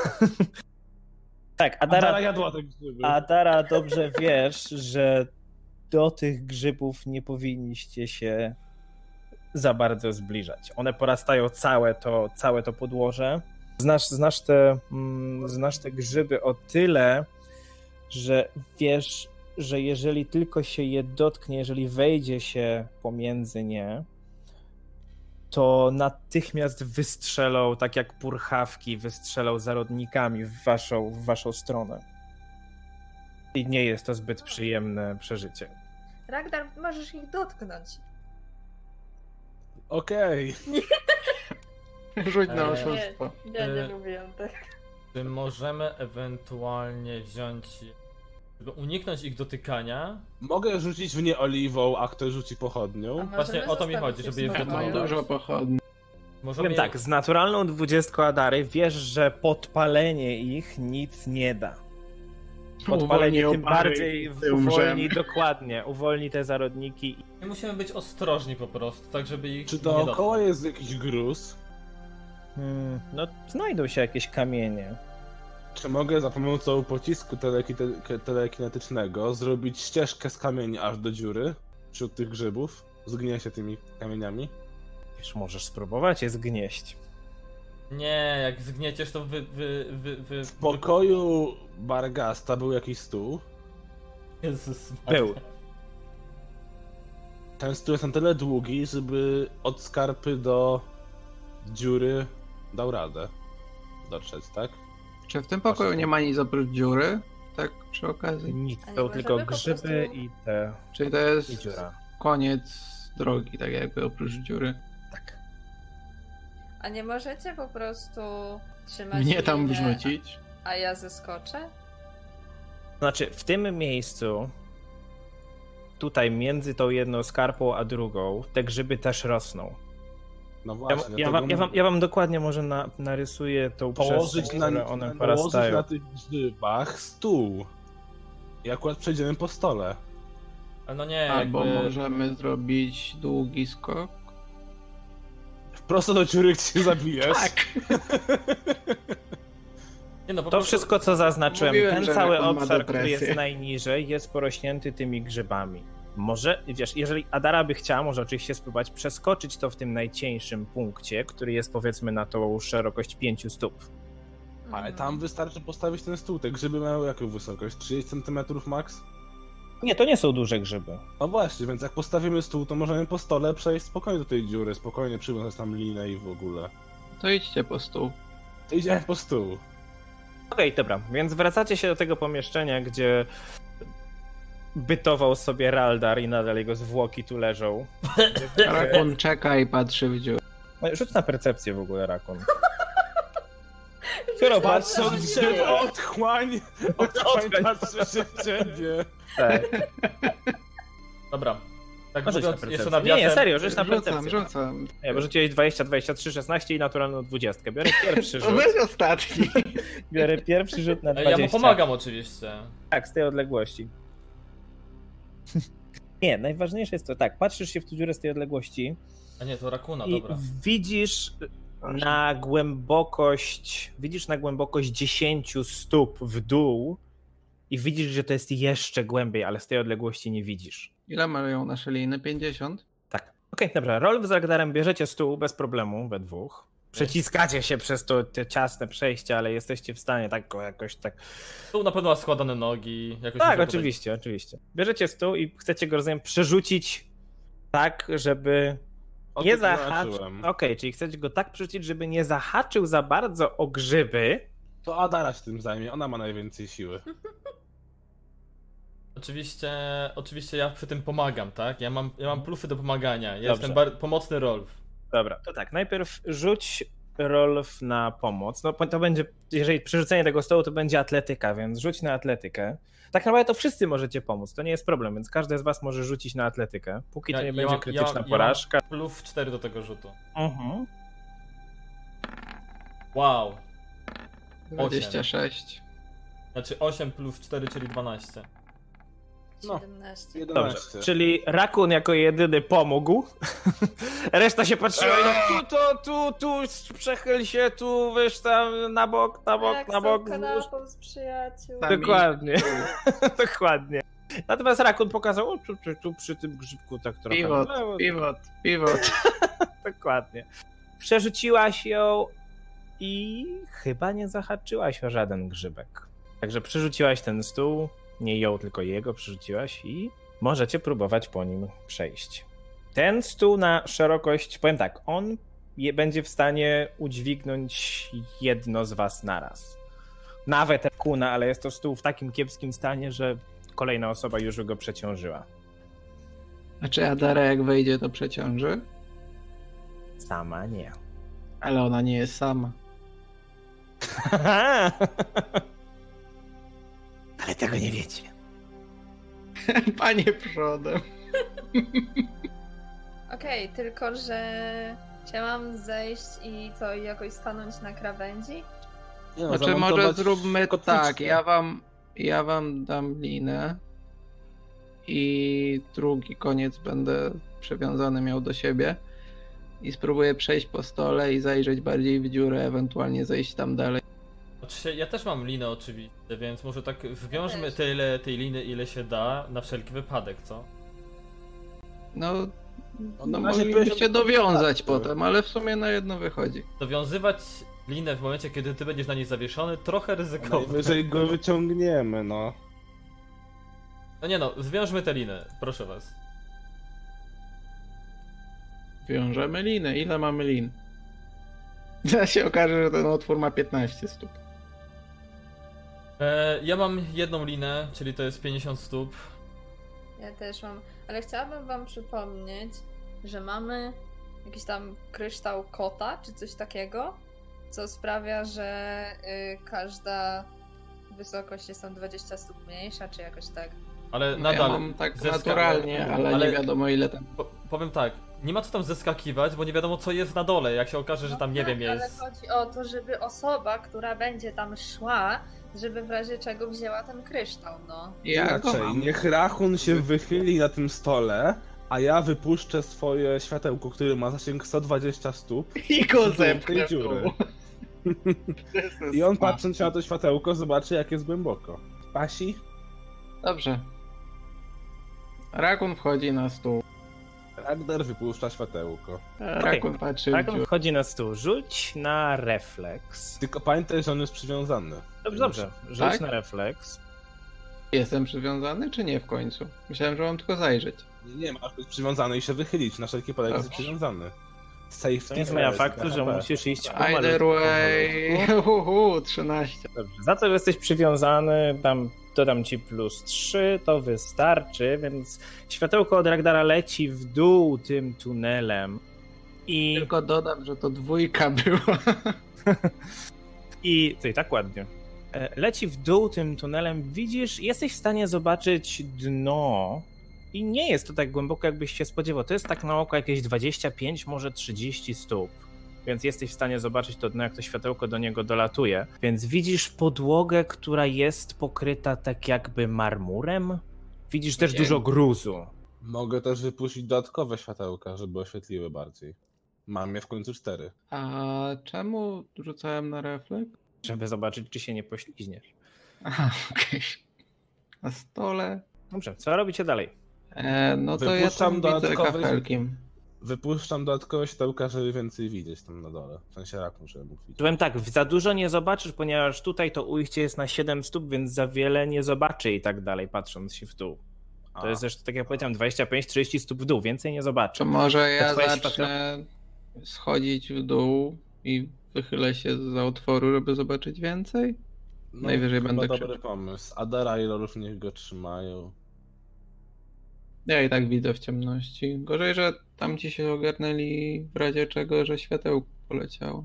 Tak, Adara Adara, jadła te grzyby. Adara, dobrze wiesz, że do tych grzybów nie powinniście się za bardzo zbliżać. One porastają całe to, całe to podłoże. Znasz, znasz, te, mm, znasz te grzyby o tyle, że wiesz, że jeżeli tylko się je dotknie, jeżeli wejdzie się pomiędzy nie, to natychmiast wystrzelą, tak jak purchawki, wystrzelą zarodnikami w waszą, w waszą stronę. I nie jest to zbyt przyjemne przeżycie. Ragnar, możesz ich dotknąć. Okej. Rzuć na Eee. oszustwo. Nie, nie, nie E, lubię tak. Czy możemy ewentualnie wziąć, żeby uniknąć ich dotykania? Mogę rzucić w nie oliwą, a ktoś rzuci A pochodnią. możemy Właśnie o to mi zostawić chodzi, je żeby je w Mam spokoju? wytrącić. dużo pochodni. Możemy Powiem je- tak, z naturalną dwudziestką Adary wiesz, że podpalenie ich nic nie da. Podpalenie Uwolni tym opary bardziej i umrzemy. uwolni, dokładnie, uwolni te zarodniki. My musimy być ostrożni po prostu, tak żeby ich Czy nie dookoła dotknąć. jest jakiś gruz? Hmm, no znajdą się jakieś kamienie. Czy mogę za pomocą pocisku teleki- telekinetycznego zrobić ścieżkę z kamieni aż do dziury wśród tych grzybów? Zgnie się tymi kamieniami? Wiesz, możesz spróbować je zgnieść. Nie, jak zgnieciesz to wy... wy, wy, wy W pokoju Bargasta był jakiś stół. Jezus. Był. Ten stół jest na tyle długi, żeby od skarpy do dziury dał radę dotrzeć, tak? Czy w tym pokoju nie ma nic oprócz dziury? Tak przy okazji. Nic, A nie to możemy tylko po grzyby prostu- i te... Czyli to i jest dziura. koniec drogi, tak jakby oprócz dziury. Tak. A nie możecie po prostu trzymać Mnie tam linę, wrzucić. a ja zeskoczę? Znaczy, w tym miejscu, tutaj między tą jedną skarpą a drugą, te grzyby też rosną. No Ja, właśnie. ja, dlatego wam, ja, wam, mówię. ja wam dokładnie może na, narysuję tą Położyć przestrzeń, na, które one położyć porastają. na tych grzybach stół. I akurat przejdziemy po stole. No nie, Albo jakby... możemy zrobić długi skok. Prosto do dziury, gdzie się zabijesz. Tak! Nie no, po To prostu... wszystko, co zaznaczyłem, Mówiłem, ten że cały on ma obszar, który depresję. jest najniżej, jest porośnięty tymi grzybami. Może, wiesz, jeżeli Adara by chciała, może oczywiście spróbować przeskoczyć to w tym najcieńszym punkcie, który jest powiedzmy na tą szerokość pięciu stóp. Ale tam wystarczy postawić ten stół. Te grzyby mają jaką wysokość? trzydzieści centymetrów max? Nie, to nie są duże grzyby. No właśnie, więc jak postawimy stół, to możemy po stole przejść spokojnie do tej dziury, spokojnie przywiązać tam linę i w ogóle. To idźcie po stół. To idziemy po stół. Okej, dobra, więc wracacie się do tego pomieszczenia, gdzie bytował sobie Raldar i nadal jego zwłoki tu leżą. Rakun czeka i patrzy w dziurę. Rzuć na percepcję w ogóle, Rakun. Skoro patrzą Patrząc w się ciebie. otchłań, otchłań patrzy się w ciebie. Tak. Dobra. Tak Możesz na mówiąc, jeszcze percepcję. nawiasem... Nie, nie, serio, rzuć na Rzucam, percepcję. rzucam. Nie, bo rzuciłeś dwadzieścia, dwadzieścia trzy, szesnaście i naturalną dwudziestkę. Biorę pierwszy No rzut. weź ostatni. Biorę pierwszy rzut na Ja dwadzieścia. mu pomagam oczywiście. Tak, z tej odległości. Nie, najważniejsze jest to tak, patrzysz się w tę dziurę z tej odległości A nie, to Rakuna, i dobra. widzisz na głębokość, widzisz na głębokość dziesięć stóp w dół i widzisz, że to jest jeszcze głębiej, ale z tej odległości nie widzisz. Ile mają nasze liny? pięćdziesiąt? Tak. Okej, dobra. Rolf z Ragdarem bierzecie stół bez problemu, we dwóch. Przeciskacie się przez to te ciasne przejście, ale jesteście w stanie tak go jakoś tak... Tu na pewno ma składane nogi. Jakoś Tak, może oczywiście, oczywiście. Bierzecie stół i chcecie go, rozumiem, przerzucić tak, żeby O nie tym zahaczył... zobaczyłem. Okej, czyli chcecie go tak przerzucić, żeby nie zahaczył za bardzo o grzyby. To Adara się tym zajmie, ona ma najwięcej siły. Oczywiście, oczywiście ja przy tym pomagam, tak? Ja mam, ja mam plusy do pomagania. Ja Dobrze. jestem bar- pomocny Rolf. Dobra, to tak, najpierw rzuć Rolf na pomoc. No to będzie, jeżeli przerzucenie tego stołu, to będzie atletyka, więc rzuć na atletykę. Tak naprawdę to wszyscy możecie pomóc, to nie jest problem, więc każdy z was może rzucić na atletykę. Póki Ja- to nie ja będzie mam- krytyczna ja mam- ja porażka. Plus cztery do tego rzutu. Mhm. Wow. dwadzieścia sześć. Znaczy osiem plus cztery, czyli dwanaście. No. siedemnaście. Dobrze, jedenaście. czyli Rakun jako jedyny pomógł. Reszta się patrzyła i tak tu, to, tu, tu, przechyl się, tu, wiesz tam, na bok, na bok, Jak na są bok. wzdłuż. kanapą z przyjaciół. Tak. Dokładnie, dokładnie. Natomiast Rakun pokazał, o, tu, tu, tu przy tym grzybku tak trochę. Pivot, No, pivot, pivot. Dokładnie. Przerzuciłaś ją i chyba nie zahaczyłaś o żaden grzybek. Także przerzuciłaś ten stół, nie ją, tylko jego przerzuciłaś i możecie próbować po nim przejść. Ten stół na szerokość, powiem tak, on je, będzie w stanie udźwignąć jedno z was naraz. Nawet Rakuna, ale jest to stół w takim kiepskim stanie, że kolejna osoba już go przeciążyła. A czy Adara jak wejdzie to przeciąży? Sama nie. Ale ona nie jest sama. Ale tego nie wiecie. Panie przodem. Okej, tylko że czy mam zejść i co, i jakoś stanąć na krawędzi? Nie no, Znaczy może zamontować zróbmy kotwiczkę. tak, ja wam, ja wam dam linę i drugi koniec będę przywiązany miał do siebie i spróbuję przejść po stole i zajrzeć bardziej w dziurę, ewentualnie zejść tam dalej. Znaczy, ja też mam linę oczywiście, więc może tak zwiążmy Też. tyle tej liny, ile się da, na wszelki wypadek, co? No, No, no na razie moglibyście pięćdziesiąt dowiązać tak, potem, ale w sumie na jedno wychodzi. Dowiązywać linę w momencie, kiedy ty będziesz na niej zawieszony, trochę ryzykowne. Najwyżej go wyciągniemy, no. No nie no, zwiążmy tę linę, proszę was. Wiążemy linę. Ile mamy lin? Zaraz się okaże, że ten otwór ma piętnaście stóp. E, ja mam jedną linę, czyli to jest pięćdziesiąt stóp. Ja też mam, ale chciałabym wam przypomnieć, że mamy jakiś tam kryształ kota, czy coś takiego, co sprawia, że y, każda wysokość jest tam dwadzieścia stóp mniejsza, czy jakoś tak. Ale No nadal. ja mam tak zeska- naturalnie, ale, ale- nie wiadomo ile tam. Po, powiem tak, nie ma co tam zeskakiwać, bo nie wiadomo co jest na dole. Jak się okaże, że tam nie No wiem tak, jest. Ale chodzi o to, żeby osoba, która będzie tam szła, żeby w razie czego wzięła ten kryształ, no. Ja go Inaczej, mam. niech Rachun się wychyli na tym stole, a ja wypuszczę swoje światełko, które ma zasięg sto dwadzieścia stóp I go w dół tej zepchnę w dziury. dół. I on patrząc się na to światełko zobaczy jak jest głęboko. Pasi? Dobrze. Rakun wchodzi na stół. Ragnar wypuszcza światełko. Rakun patrzy w Tak, on dziurę. wchodzi na stół. Rzuć na refleks. Tylko pamiętaj, że on jest przywiązany. Dobrze, dobrze. Rzuć Tak? na refleks. Jestem przywiązany czy nie w końcu? Myślałem, że mam tylko zajrzeć. Nie, nie, masz być przywiązany i się wychylić. Na wszelki wypadek jest Dobrze. przywiązany. Safety To nie zmienia first, faktu, że H P. musisz iść Either pomalutku, way. powolutku. Uhu, trzynaście. Dobrze. Za to, że jesteś przywiązany, tam dodam ci plus trzy, to wystarczy, więc światełko od Ragdara leci w dół tym tunelem i, Tylko dodam, że to dwójka była. i to i tak ładnie. E, Leci w dół tym tunelem, widzisz, jesteś w stanie zobaczyć dno i nie jest to tak głęboko, jakbyś się spodziewał. To jest tak na oko jakieś dwadzieścia pięć, może trzydzieści stóp. Więc jesteś w stanie zobaczyć to dno, jak to światełko do niego dolatuje. Więc widzisz podłogę, która jest pokryta tak jakby marmurem. Widzisz też Nie. dużo gruzu. Mogę też wypuścić dodatkowe światełka, żeby oświetliły bardziej. Mam je w końcu cztery. A czemu rzucałem na refleks? Żeby zobaczyć, czy się nie pośliźniesz. Aha, okej. Na stole. Dobrze, co robicie dalej? E, no to ja Wypuszczam tam widzę dodatkowe- kafelkiem. Wypuszczam dodatkowe światełka, żeby więcej widzieć tam na dole. W sensie Rachun, żeby mógł widzieć. Powiem tak, za dużo nie zobaczysz, ponieważ tutaj to ujście jest na siedem stóp, więc za wiele nie zobaczy i tak dalej, patrząc się w dół. To A, jest zresztą, tak jak powiedziałem, dwadzieścia pięć trzydzieści stóp w dół, więcej nie zobaczy. To może ja twoje zacznę schodzić w dół i wychylę się za otworu, żeby zobaczyć więcej? no, najwyżej chyba będę dobry krzyczał. pomysł. Adara i Lorów niech go trzymają. Ja i tak widzę w ciemności. Gorzej, że tam ci się ogarnęli w razie czego, że światełko poleciało.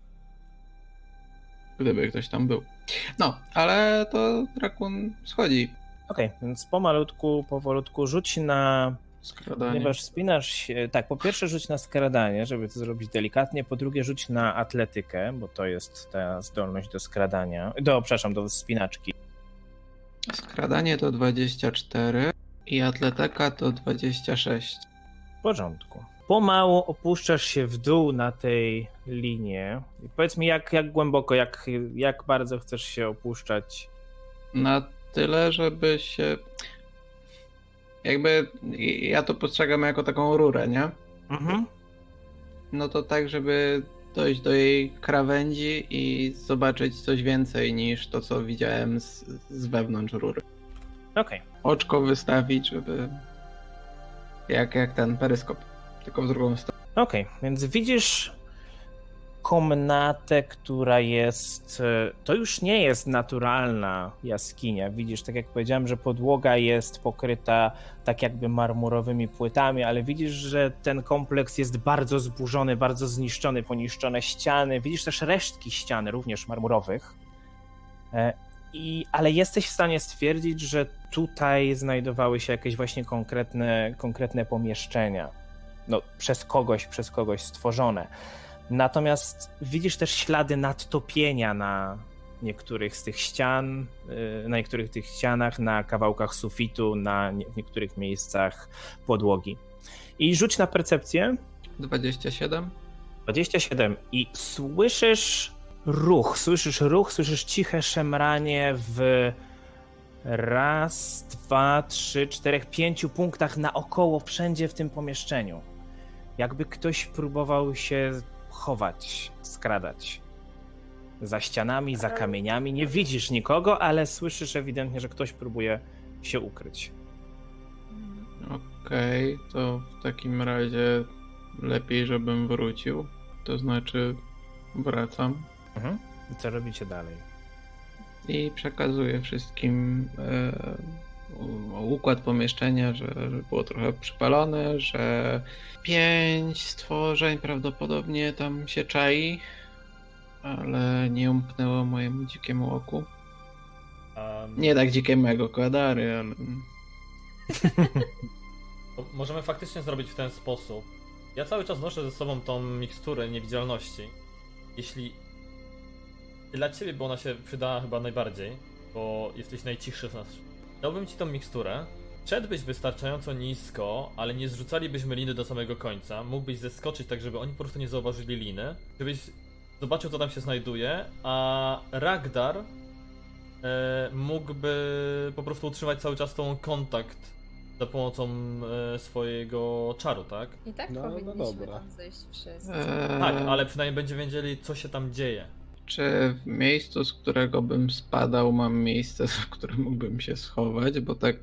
Gdyby ktoś tam był. No, ale to Rakun schodzi. Okej, więc pomalutku, powolutku rzuć na... Skradanie. Ponieważ wspinasz się... Tak, po pierwsze rzuć na skradanie, żeby to zrobić delikatnie, po drugie rzuć na atletykę, bo to jest ta zdolność do skradania, do, przepraszam, do wspinaczki. Skradanie to dwadzieścia cztery. I atletyka to dwadzieścia sześć. W porządku. Pomału opuszczasz się w dół na tej linie. I powiedz mi, jak, jak głęboko, jak, jak bardzo chcesz się opuszczać? Na tyle, żeby się... Jakby ja to postrzegam jako taką rurę, nie? Mhm. No to tak, żeby dojść do jej krawędzi i zobaczyć coś więcej niż to, co widziałem z, z wewnątrz rury. Okej. Okay. Oczko wystawić, żeby... Jak, jak ten peryskop, tylko w drugą stronę. Okej, okay. Więc widzisz komnatę, która jest... To już nie jest naturalna jaskinia. Widzisz, tak jak powiedziałem, że podłoga jest pokryta tak jakby marmurowymi płytami, ale widzisz, że ten kompleks jest bardzo zburzony, bardzo zniszczony, poniszczone ściany. Widzisz też resztki ścian, również marmurowych. I, ale jesteś w stanie stwierdzić, że tutaj znajdowały się jakieś właśnie konkretne, konkretne pomieszczenia. No, przez kogoś, przez kogoś stworzone. Natomiast widzisz też ślady nadtopienia na niektórych z tych ścian, na niektórych tych ścianach, na kawałkach sufitu, na nie, w niektórych miejscach podłogi. I rzuć na percepcję. dwadzieścia siedem. dwadzieścia siedem. I słyszysz ruch, słyszysz ruch, słyszysz ciche szemranie w raz, dwa, trzy, czterech, pięciu punktach naokoło, wszędzie w tym pomieszczeniu. Jakby ktoś próbował się chować, skradać. Za ścianami, za kamieniami. Nie widzisz nikogo, ale słyszysz ewidentnie, że ktoś próbuje się ukryć. Okej, okay, to w takim razie lepiej, żebym wrócił. To znaczy wracam. Mhm. I co robicie dalej? I przekazuję wszystkim e, układ pomieszczenia, że, że było trochę przypalone, że pięć stworzeń prawdopodobnie tam się czai, ale nie umknęło mojemu dzikiemu oku. Um... Nie tak dzikiemu jak okładary, ale... Możemy faktycznie zrobić w ten sposób. Ja cały czas noszę ze sobą tą miksturę niewidzialności. Jeśli dla ciebie by ona się przydała chyba najbardziej, bo jesteś najcichszy z nas. Dałbym ci tą miksturę, szedłbyś wystarczająco nisko, ale nie zrzucalibyśmy liny do samego końca. Mógłbyś zeskoczyć tak, żeby oni po prostu nie zauważyli liny. Żebyś zobaczył, co tam się znajduje, a Ragdar e, mógłby po prostu utrzymać cały czas tą kontakt za pomocą e, swojego czaru, tak? I tak no, powinniśmy no dobra. tam zejść wszyscy. Eee... Tak, ale przynajmniej będzie wiedzieli, co się tam dzieje. Czy w miejscu, z którego bym spadał, mam miejsce, w którym mógłbym się schować, bo tak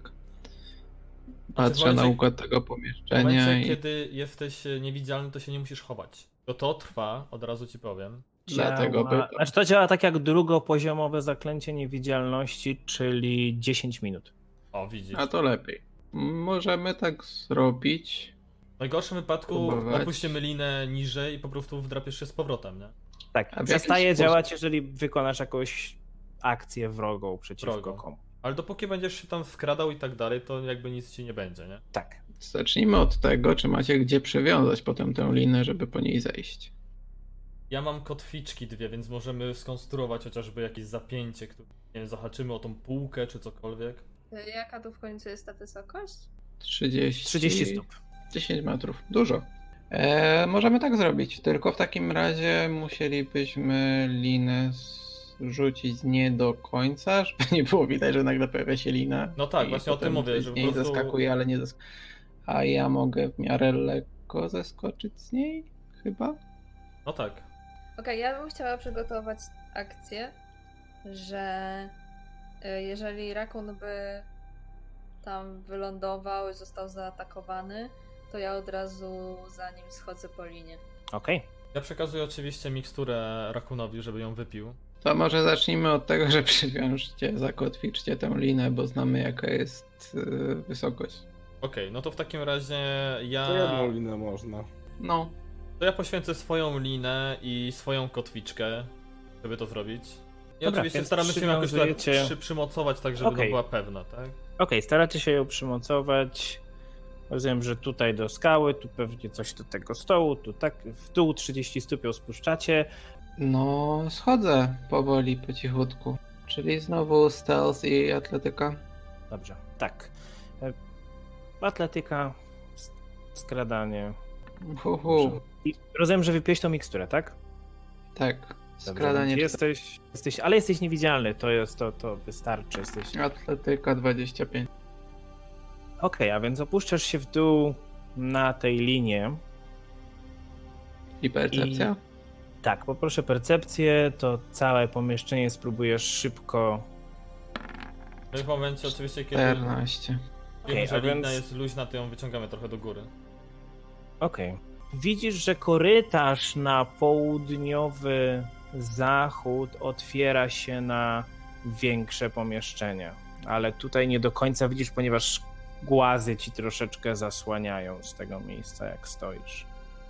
patrzę momencie, na układ tego pomieszczenia. W momencie, i... kiedy jesteś niewidzialny, to się nie musisz chować. To to trwa, od razu ci powiem. Dlatego działa... Znaczy to działa tak jak drugopoziomowe zaklęcie niewidzialności, czyli dziesięć minut. O, widzisz. A to lepiej. Możemy tak zrobić. W najgorszym wypadku Próbować. opuścimy linę niżej i po prostu wdrapiesz się z powrotem, nie? Tak, przestaje działać, jeżeli wykonasz jakąś akcję wrogą przeciwko Wrogą. komu. Ale dopóki będziesz się tam skradał i tak dalej, to jakby nic ci nie będzie, nie? Tak. Zacznijmy od tego, czy macie gdzie przywiązać potem tę linę, żeby po niej zejść. Ja mam kotwiczki dwie, więc możemy skonstruować chociażby jakieś zapięcie, które, nie wiem, zahaczymy o tą półkę czy cokolwiek. Jaka tu w końcu jest ta wysokość? trzydzieści trzydzieści stóp. dziesięć metrów. Dużo. E, możemy tak zrobić, tylko w takim razie musielibyśmy linę rzucić nie do końca, żeby nie było widać, że nagle pojawia się lina. No tak, właśnie o tym mówię, że po nie prostu... zeskakuje, ale nie zeskakuje. A ja mogę w miarę lekko zeskoczyć z niej? Chyba? No tak. Okej, okay, ja bym chciała przygotować akcję, że jeżeli Rakun by tam wylądował i został zaatakowany, to ja od razu za nim schodzę po linie. Okej. Okay. Ja przekazuję oczywiście miksturę Rakunowi, żeby ją wypił. To może zacznijmy od tego, że przywiążcie, zakotwiczcie tę linę, bo znamy jaka jest yy, wysokość. Okej, okay, no to w takim razie ja... To jedną linę można. No. To ja poświęcę swoją linę i swoją kotwiczkę, żeby to zrobić. I Dobra, oczywiście staramy się jakoś tak przy, przymocować tak, żeby okay. ona była pewna, tak? Okej, okay, staracie się ją przymocować. Rozumiem, że tutaj do skały, tu pewnie coś do tego stołu, tu tak w dół trzydzieści stóp ją spuszczacie. No, schodzę powoli, po cichutku. Czyli znowu stealth i atletyka. Dobrze, tak. Atletyka, s- skradanie. Uhu. I rozumiem, że wypiłeś tą miksturę, tak? Tak, Dobrze, skradanie więc jesteś, jesteś, ale jesteś niewidzialny, to jest, to, to wystarczy. Jesteś... Okej, atletyka dwadzieścia pięć. a więc opuszczasz się w dół na tej linii. I percepcja? Tak, poproszę percepcję, to całe pomieszczenie spróbujesz szybko... W tym momencie oczywiście, kiedy czternaście. wiemy, Okej, że a więc- lina jest luźna, to ją wyciągamy trochę do góry. Okej. Widzisz, że korytarz na południowy zachód otwiera się na większe pomieszczenie. Ale tutaj nie do końca widzisz, ponieważ głazy ci troszeczkę zasłaniają z tego miejsca, jak stoisz.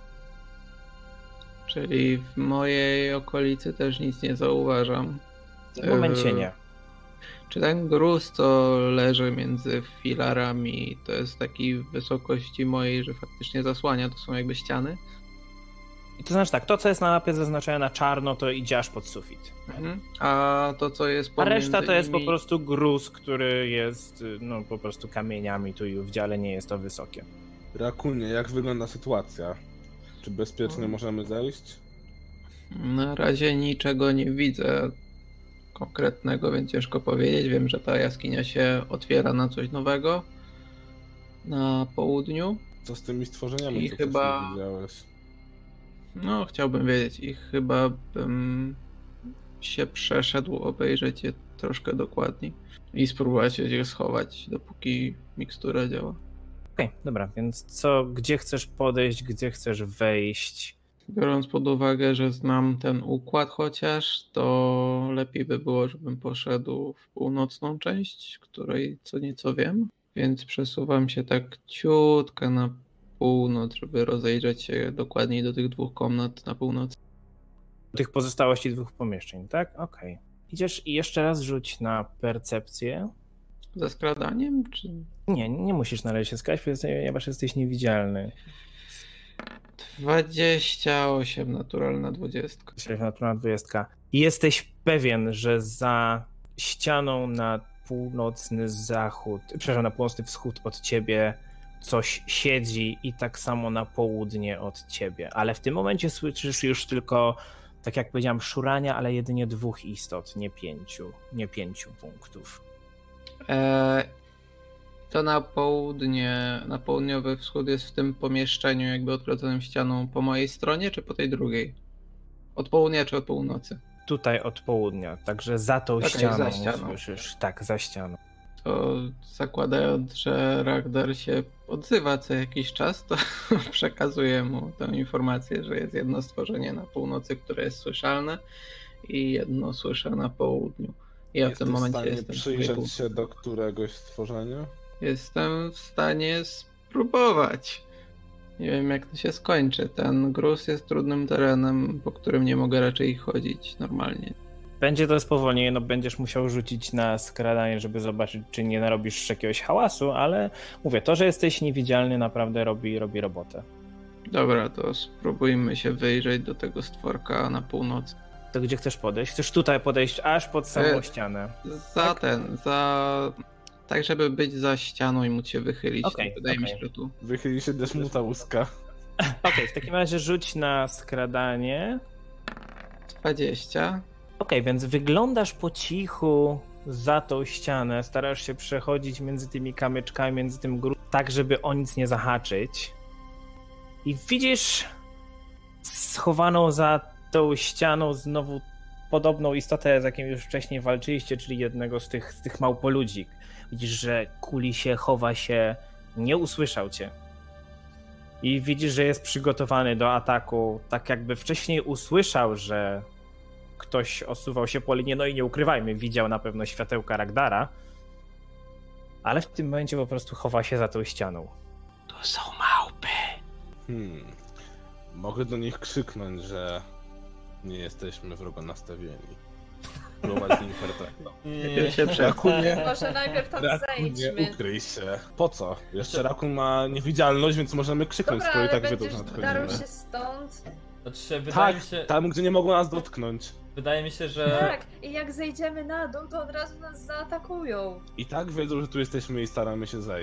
Czyli w mojej okolicy też nic nie zauważam. W tym momencie Yy, nie. Czy ten gruz, co leży między filarami, to jest takiej wysokości mojej, że faktycznie zasłania, to są jakby ściany? I to znaczy tak, to co jest na mapie zaznaczone na czarno, to idzie aż pod sufit. Mhm. A to, co jest A pomiędzy reszta to jest po nimi- prostu gruz, który jest no po prostu kamieniami tu i ówdzie, ale nie jest to wysokie. Rakunie, jak wygląda sytuacja? Czy bezpiecznie możemy zejść? Na razie niczego nie widzę konkretnego, więc ciężko powiedzieć. Wiem, że ta jaskinia się otwiera na coś nowego na południu. Co z tymi stworzeniami, I co chyba- chyba... widziałeś? No, chciałbym wiedzieć i chyba bym się przeszedł, obejrzeć je troszkę dokładniej i spróbować je schować, dopóki mikstura działa. Okej, dobra, więc co, gdzie chcesz podejść, gdzie chcesz wejść? Biorąc pod uwagę, że znam ten układ chociaż, to lepiej by było, żebym poszedł w północną część, której co nieco wiem, więc przesuwam się tak ciutkę na północ, żeby rozejrzeć się dokładniej do tych dwóch komnat na północ. Tych pozostałości dwóch pomieszczeń, tak? Okej. Idziesz i jeszcze raz rzuć na percepcję. Ze skradaniem, czy Nie, nie musisz na razie się skać, ponieważ jesteś niewidzialny. dwadzieścia osiem naturalna dwudziestka. Jesteś naturalna dwudziestka. I jesteś pewien, że za ścianą na północny zachód, przepraszam, na północny wschód od ciebie coś siedzi i tak samo na południe od ciebie. Ale w tym momencie słyszysz już tylko, tak jak powiedziałem, szurania, ale jedynie dwóch istot, nie pięciu, nie pięciu punktów. Eee, to na południe, na południowy wschód jest w tym pomieszczeniu jakby odgrodzonym ścianą po mojej stronie, czy po tej drugiej? Od południa czy od północy? Tutaj od południa, także za tą Okej, ścianą, za ścianą. słyszysz. Tak, za ścianą. To zakładając, że Ragdar się odzywa co jakiś czas, to przekazuję mu tę informację, że jest jedno stworzenie na północy, które jest słyszalne i jedno słyszę na południu. Ja w Jesteś tym momencie w stanie jestem w przyjrzeć biegu. się do któregoś stworzenia? Jestem w stanie spróbować. Nie wiem, jak to się skończy. Ten gruz jest trudnym terenem, po którym nie mogę raczej chodzić normalnie. Będzie to spowolnienie, no będziesz musiał rzucić na skradanie, żeby zobaczyć, czy nie narobisz jakiegoś hałasu, ale mówię, to, że jesteś niewidzialny, naprawdę robi, robi robotę. Dobra, to spróbujmy się wyjrzeć do tego stworka na północ. To gdzie chcesz podejść? Chcesz tutaj podejść aż pod samą E, ścianę. Za Tak? ten, za... Tak, żeby być za ścianą i móc się wychylić. Okej, Wydaje mi okej. się, że tu. Wychyli się Deszmuta łuska. Okej, w takim razie rzuć na skradanie. dwadzieścia. Okej, więc wyglądasz po cichu za tą ścianę, starasz się przechodzić między tymi kamyczkami, między tym gruzem, tak żeby o nic nie zahaczyć. I widzisz schowaną za tą ścianą znowu podobną istotę, z jakim już wcześniej walczyliście, czyli jednego z tych, z tych małpoludzi. Widzisz, że kuli się, chowa się, nie usłyszał cię. I widzisz, że jest przygotowany do ataku, tak jakby wcześniej usłyszał, że ktoś osuwał się po linie, no i nie ukrywajmy, widział na pewno światełka Ragdara, ale w tym momencie po prostu chowa się za tą ścianą. Tu są małpy. Hmm. Mogę do nich krzyknąć, że nie jesteśmy wrogo nastawieni. Próbować z nimi pertraktować. Ja się prze... Rakunie, Może najpierw tam Rakunie, zejdźmy. ukryj się. Po co? Jeszcze Rakun ma niewidzialność, więc możemy krzyknąć, Dobra, skoro i ale tak wiedzą, że będziesz darł nadchodzimy. się stąd. Znaczy, wydaje Tak, mi się, tam gdzie nie mogło nas dotknąć. wydaje mi się, że Tak, i jak zejdziemy na dół, to od razu nas zaatakują. I tak wiedzą, że tu jesteśmy i staramy się zejść.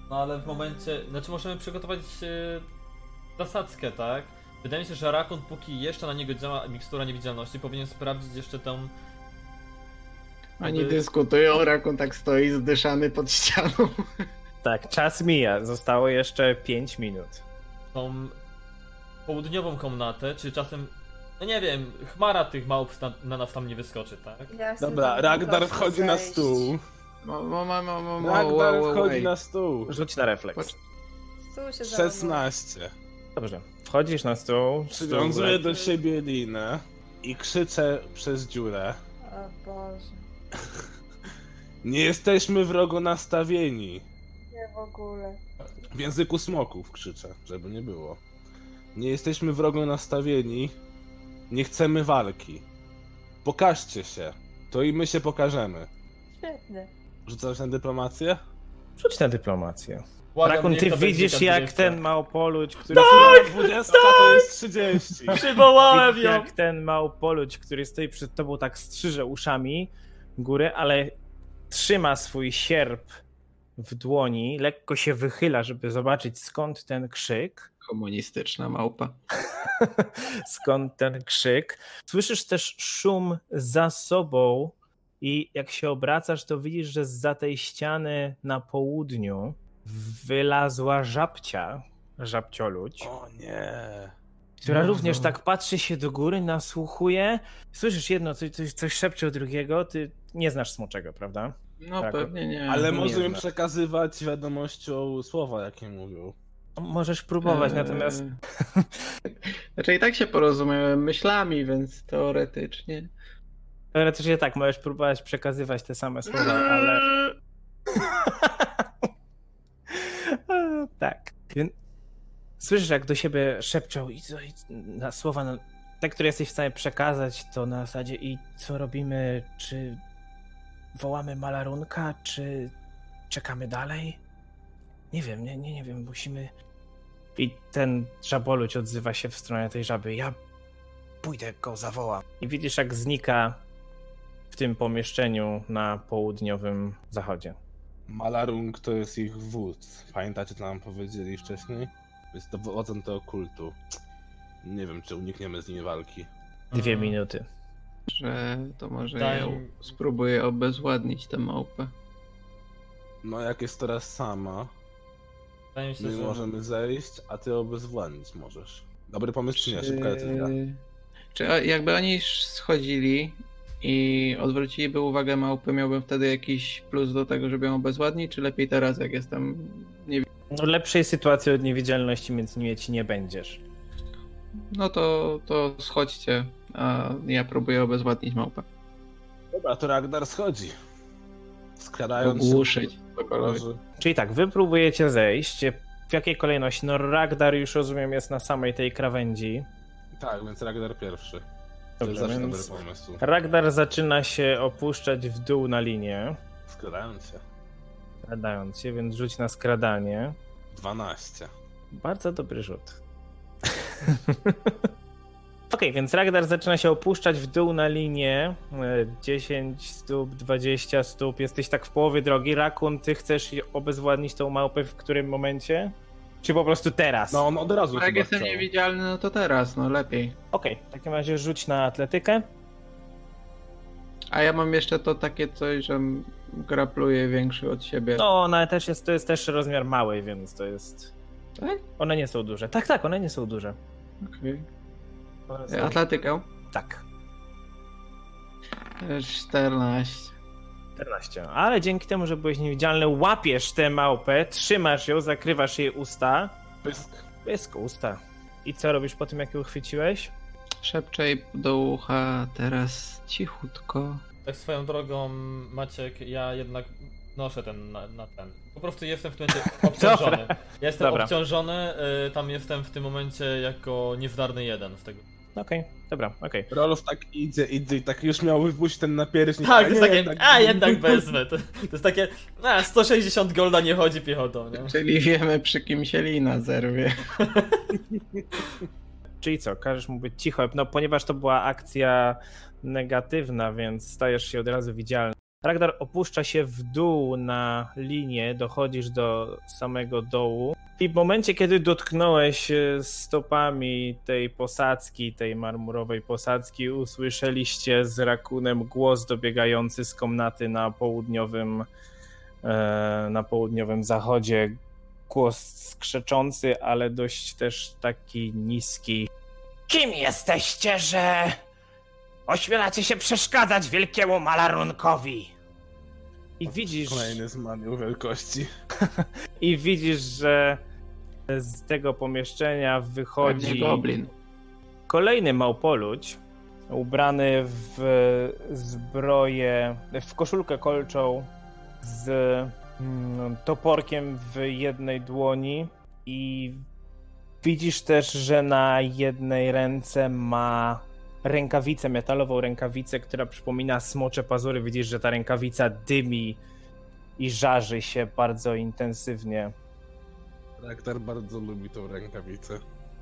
No ale w momencie, znaczy możemy przygotować yy, zasadzkę, tak? Wydaje mi się, że Rakun, póki jeszcze na niego działa mikstura niewidzialności, powinien sprawdzić jeszcze tę... Oni aby- dyskutują, Rakun tak stoi zdyszany pod ścianą. Tak, czas mija. Zostało jeszcze pięć minut. tą południową komnatę, czy czasem, no nie wiem, chmara tych małp na, na nas tam nie wyskoczy, tak? Ja chcę Dobra, tam po Ragnar prostu wchodzi na zejść. stół. Mo, mo, mo, mo, mo, mo, Ragnar wow, wow, wchodzi wait. na stół. Rzuć na refleks. Stół się załamuje. szesnaście. Dobrze. Wchodzisz na stół. stół Przywiązuję leci. do siebie linę i krzyczę przez dziurę. O Boże. Nie jesteśmy wrogo nastawieni. Nie w ogóle. W języku smoków krzyczę, żeby nie było. Nie jesteśmy wrogo nastawieni. Nie chcemy walki. Pokażcie się. To i my się pokażemy. Świetnie. Rzucasz na dyplomację? Rzuć na dyplomację. Błagam, Rakun, niech ty to będzie widzisz taka jak dwudziestka. ten małpoludź, który... dwudziestka to jest trzydzieści. Przywołałem Widzisz, ją! jak ten małpoludź, który stoi przed tobą, tak strzyże uszami góry, ale trzyma swój sierp w dłoni, lekko się wychyla, żeby zobaczyć skąd ten krzyk. Komunistyczna małpa. Skąd ten krzyk. Słyszysz też szum za sobą i jak się obracasz, to widzisz, że zza tej ściany na południu wylazła żabcia, żabcioludź, O nie. która No, również no. tak patrzy się do góry, nasłuchuje. Słyszysz jedno, coś, coś, coś szepcze od drugiego, ty nie znasz smoczego, prawda? No Tak. pewnie nie. Ale nie możemy znam. przekazywać wiadomością słowa, jakie mówią. Możesz próbować, Eee, natomiast Znaczy i tak się porozumiałem myślami, więc teoretycznie. teoretycznie tak, możesz próbować przekazywać te same słowa, ale... Tak. Więc słyszysz, jak do siebie szepczą i, co, i na słowa, no, te, które jesteś w stanie przekazać, to na zasadzie i co robimy, czy wołamy Malarunka, czy czekamy dalej? Nie wiem, nie, nie, nie wiem, musimy... I ten żaboludź odzywa się w stronę tej żaby. Ja pójdę go zawołam. I widzisz, jak znika w tym pomieszczeniu na południowym zachodzie. Malarung to jest ich wódz. Pamiętacie, co nam powiedzieli wcześniej? Jest dowodzą tego kultu. Nie wiem, czy unikniemy z nimi walki. Dwie Mm. minuty. Że to może Daj- ja spróbuję obezwładnić tę małpę. No, jak jest teraz sama, Wydaje mi się, my że... możemy zejść, a ty obezwładnić możesz. Dobry pomysł czy nie? Szybka decyzja. Czy o- jakby oni schodzili i odwróciliby uwagę małpy, miałbym wtedy jakiś plus do tego, żeby ją obezwładnić, czy lepiej teraz, jak jestem nie No lepszej sytuacji od niewidzialności między nimi ci nie będziesz. No to, to schodźcie, a ja próbuję obezwładnić małpę. Dobra, to Ragnar schodzi. Skradając Ogłuszyć się cokolwiek. do Czyli tak, wy próbujecie zejść. W jakiej kolejności? No Ragnar już rozumiem jest na samej tej krawędzi. Tak, więc Ragnar pierwszy. To jest Dobrze, zawsze więc dobry pomysł. Ragnar zaczyna się opuszczać w dół na linię, Skradając się. skradając się, więc rzuć na skradanie. dwanaście. Bardzo dobry rzut. Okej, więc Ragnar zaczyna się opuszczać w dół na linię. E, dziesięć stóp, dwadzieścia stóp. Jesteś tak w połowie drogi. Rakun, ty chcesz obezwładnić tą małpę w którym momencie? Czy po prostu teraz? No on od razu Jak chyba jestem chciał. niewidzialny, no to teraz, no lepiej. Okej, w takim razie rzuć na atletykę. A ja mam jeszcze to takie coś, że grapluję większy od siebie. No, ona też jest, to jest też rozmiar mały, więc to jest... Tak? One nie są duże. Tak, tak, one nie są duże. Okej. One są... Atletykę? Tak, czternaście. czternaście. Ale dzięki temu, że byłeś niewidzialny, łapiesz tę małpę, trzymasz ją, zakrywasz jej usta. Pysk. Pysk, usta. I co robisz po tym, jak ją uchwyciłeś? Szepczę jej do ucha, teraz cichutko. Tak swoją drogą, Maciek, ja jednak noszę ten na, na ten. Po prostu jestem w tym momencie obciążony. Dobra. Ja jestem Dobra. obciążony, y, tam jestem w tym momencie jako niezdarny jeden z tego. Okej, dobra, okej. Rolf tak idzie, idzie i tak już miał wypuścić ten napierśnik. Tak, a to jest nie, takie, jednak- a jednak wezmę. To, to jest takie, a sto sześćdziesiąt golda nie chodzi piechotą, nie? Czyli wiemy, przy kim się lina zerwie. Czyli co, każesz mu być cicho, no ponieważ to była akcja negatywna, więc stajesz się od razu widzialny. Ragnar opuszcza się w dół na linię, dochodzisz do samego dołu i w momencie, kiedy dotknąłeś stopami tej posadzki, tej marmurowej posadzki, usłyszeliście z Rakunem głos dobiegający z komnaty na południowym, e, na południowym zachodzie. Głos skrzeczący, ale dość też taki niski. Kim jesteście, że ośmielacie się przeszkadzać wielkiemu Malarunkowi? I widzisz... Kolejny zmanił wielkości. I widzisz, że z tego pomieszczenia wychodzi Pewnie goblin. kolejny małpoludź, ubrany w zbroję, w koszulkę kolczą z mm, toporkiem w jednej dłoni i widzisz też, że na jednej ręce ma rękawicę, metalową rękawicę, która przypomina smocze pazury. Widzisz, że ta rękawica dymi i żarzy się bardzo intensywnie. Ragnar bardzo lubi tą rękawicę.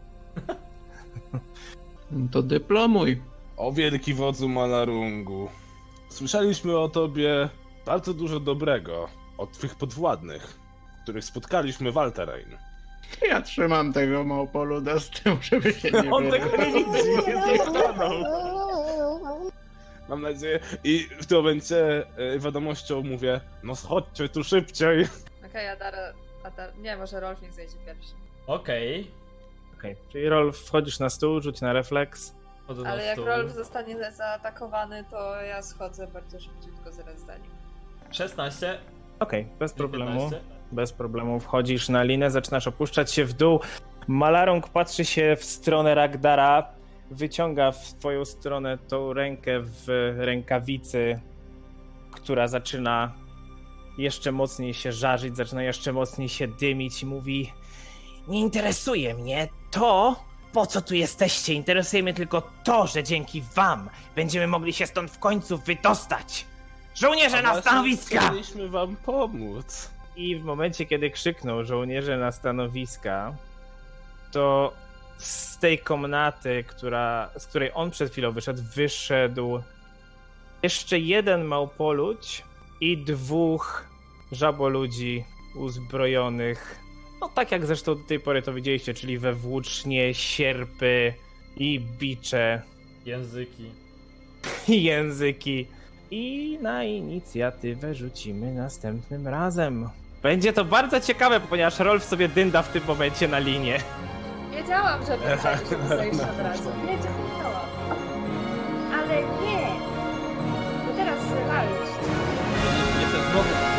To dyplomuj. O wielki wodzu Malarungu. Słyszeliśmy o tobie bardzo dużo dobrego od twych podwładnych, których spotkaliśmy w Alterain. Ja trzymam tego małpoluda z tym, żeby się nie On wyrwał. tego nie widzi, jest ochroną. Mam nadzieję. I w tym momencie e, wiadomością mówię, no schodźcie tu szybciej. Okej, okay, Adar, Adar... Nie, może Rolf niech zejdzie pierwszy. Okej. Okej, czyli Rolf, wchodzisz na stół, rzuć na refleks. Chodzę na Ale jak stół. Rolf zostanie zaatakowany, to ja schodzę bardzo szybciutko zaraz za nim. szesnaście. Okej, bez problemu. piętnaście. Bez problemu wchodzisz na linę, zaczynasz opuszczać się w dół. Malarung patrzy się w stronę Ragdara, wyciąga w twoją stronę tą rękę w rękawicy, która zaczyna jeszcze mocniej się żarzyć, zaczyna jeszcze mocniej się dymić i mówi: nie interesuje mnie to, po co tu jesteście. Interesuje mnie tylko to, że dzięki wam będziemy mogli się stąd w końcu wydostać. Żołnierze na stanowiska! Chcieliśmy wam pomóc. I w momencie, kiedy krzyknął żołnierze na stanowiska, to z tej komnaty, która, z której on przed chwilą wyszedł, wyszedł jeszcze jeden małpoludź i dwóch żaboludzi uzbrojonych. No tak jak zresztą do tej pory to widzieliście, czyli we włócznie, sierpy i bicze Języki. i języki. I na inicjatywę rzucimy następnym razem. Będzie to bardzo ciekawe, ponieważ Rolf sobie dynda w tym momencie na linię. Wiedziałam, że będziemy zejść od razu. Wiedziałam. Ale nie! To teraz walcz. Nie chcę znowu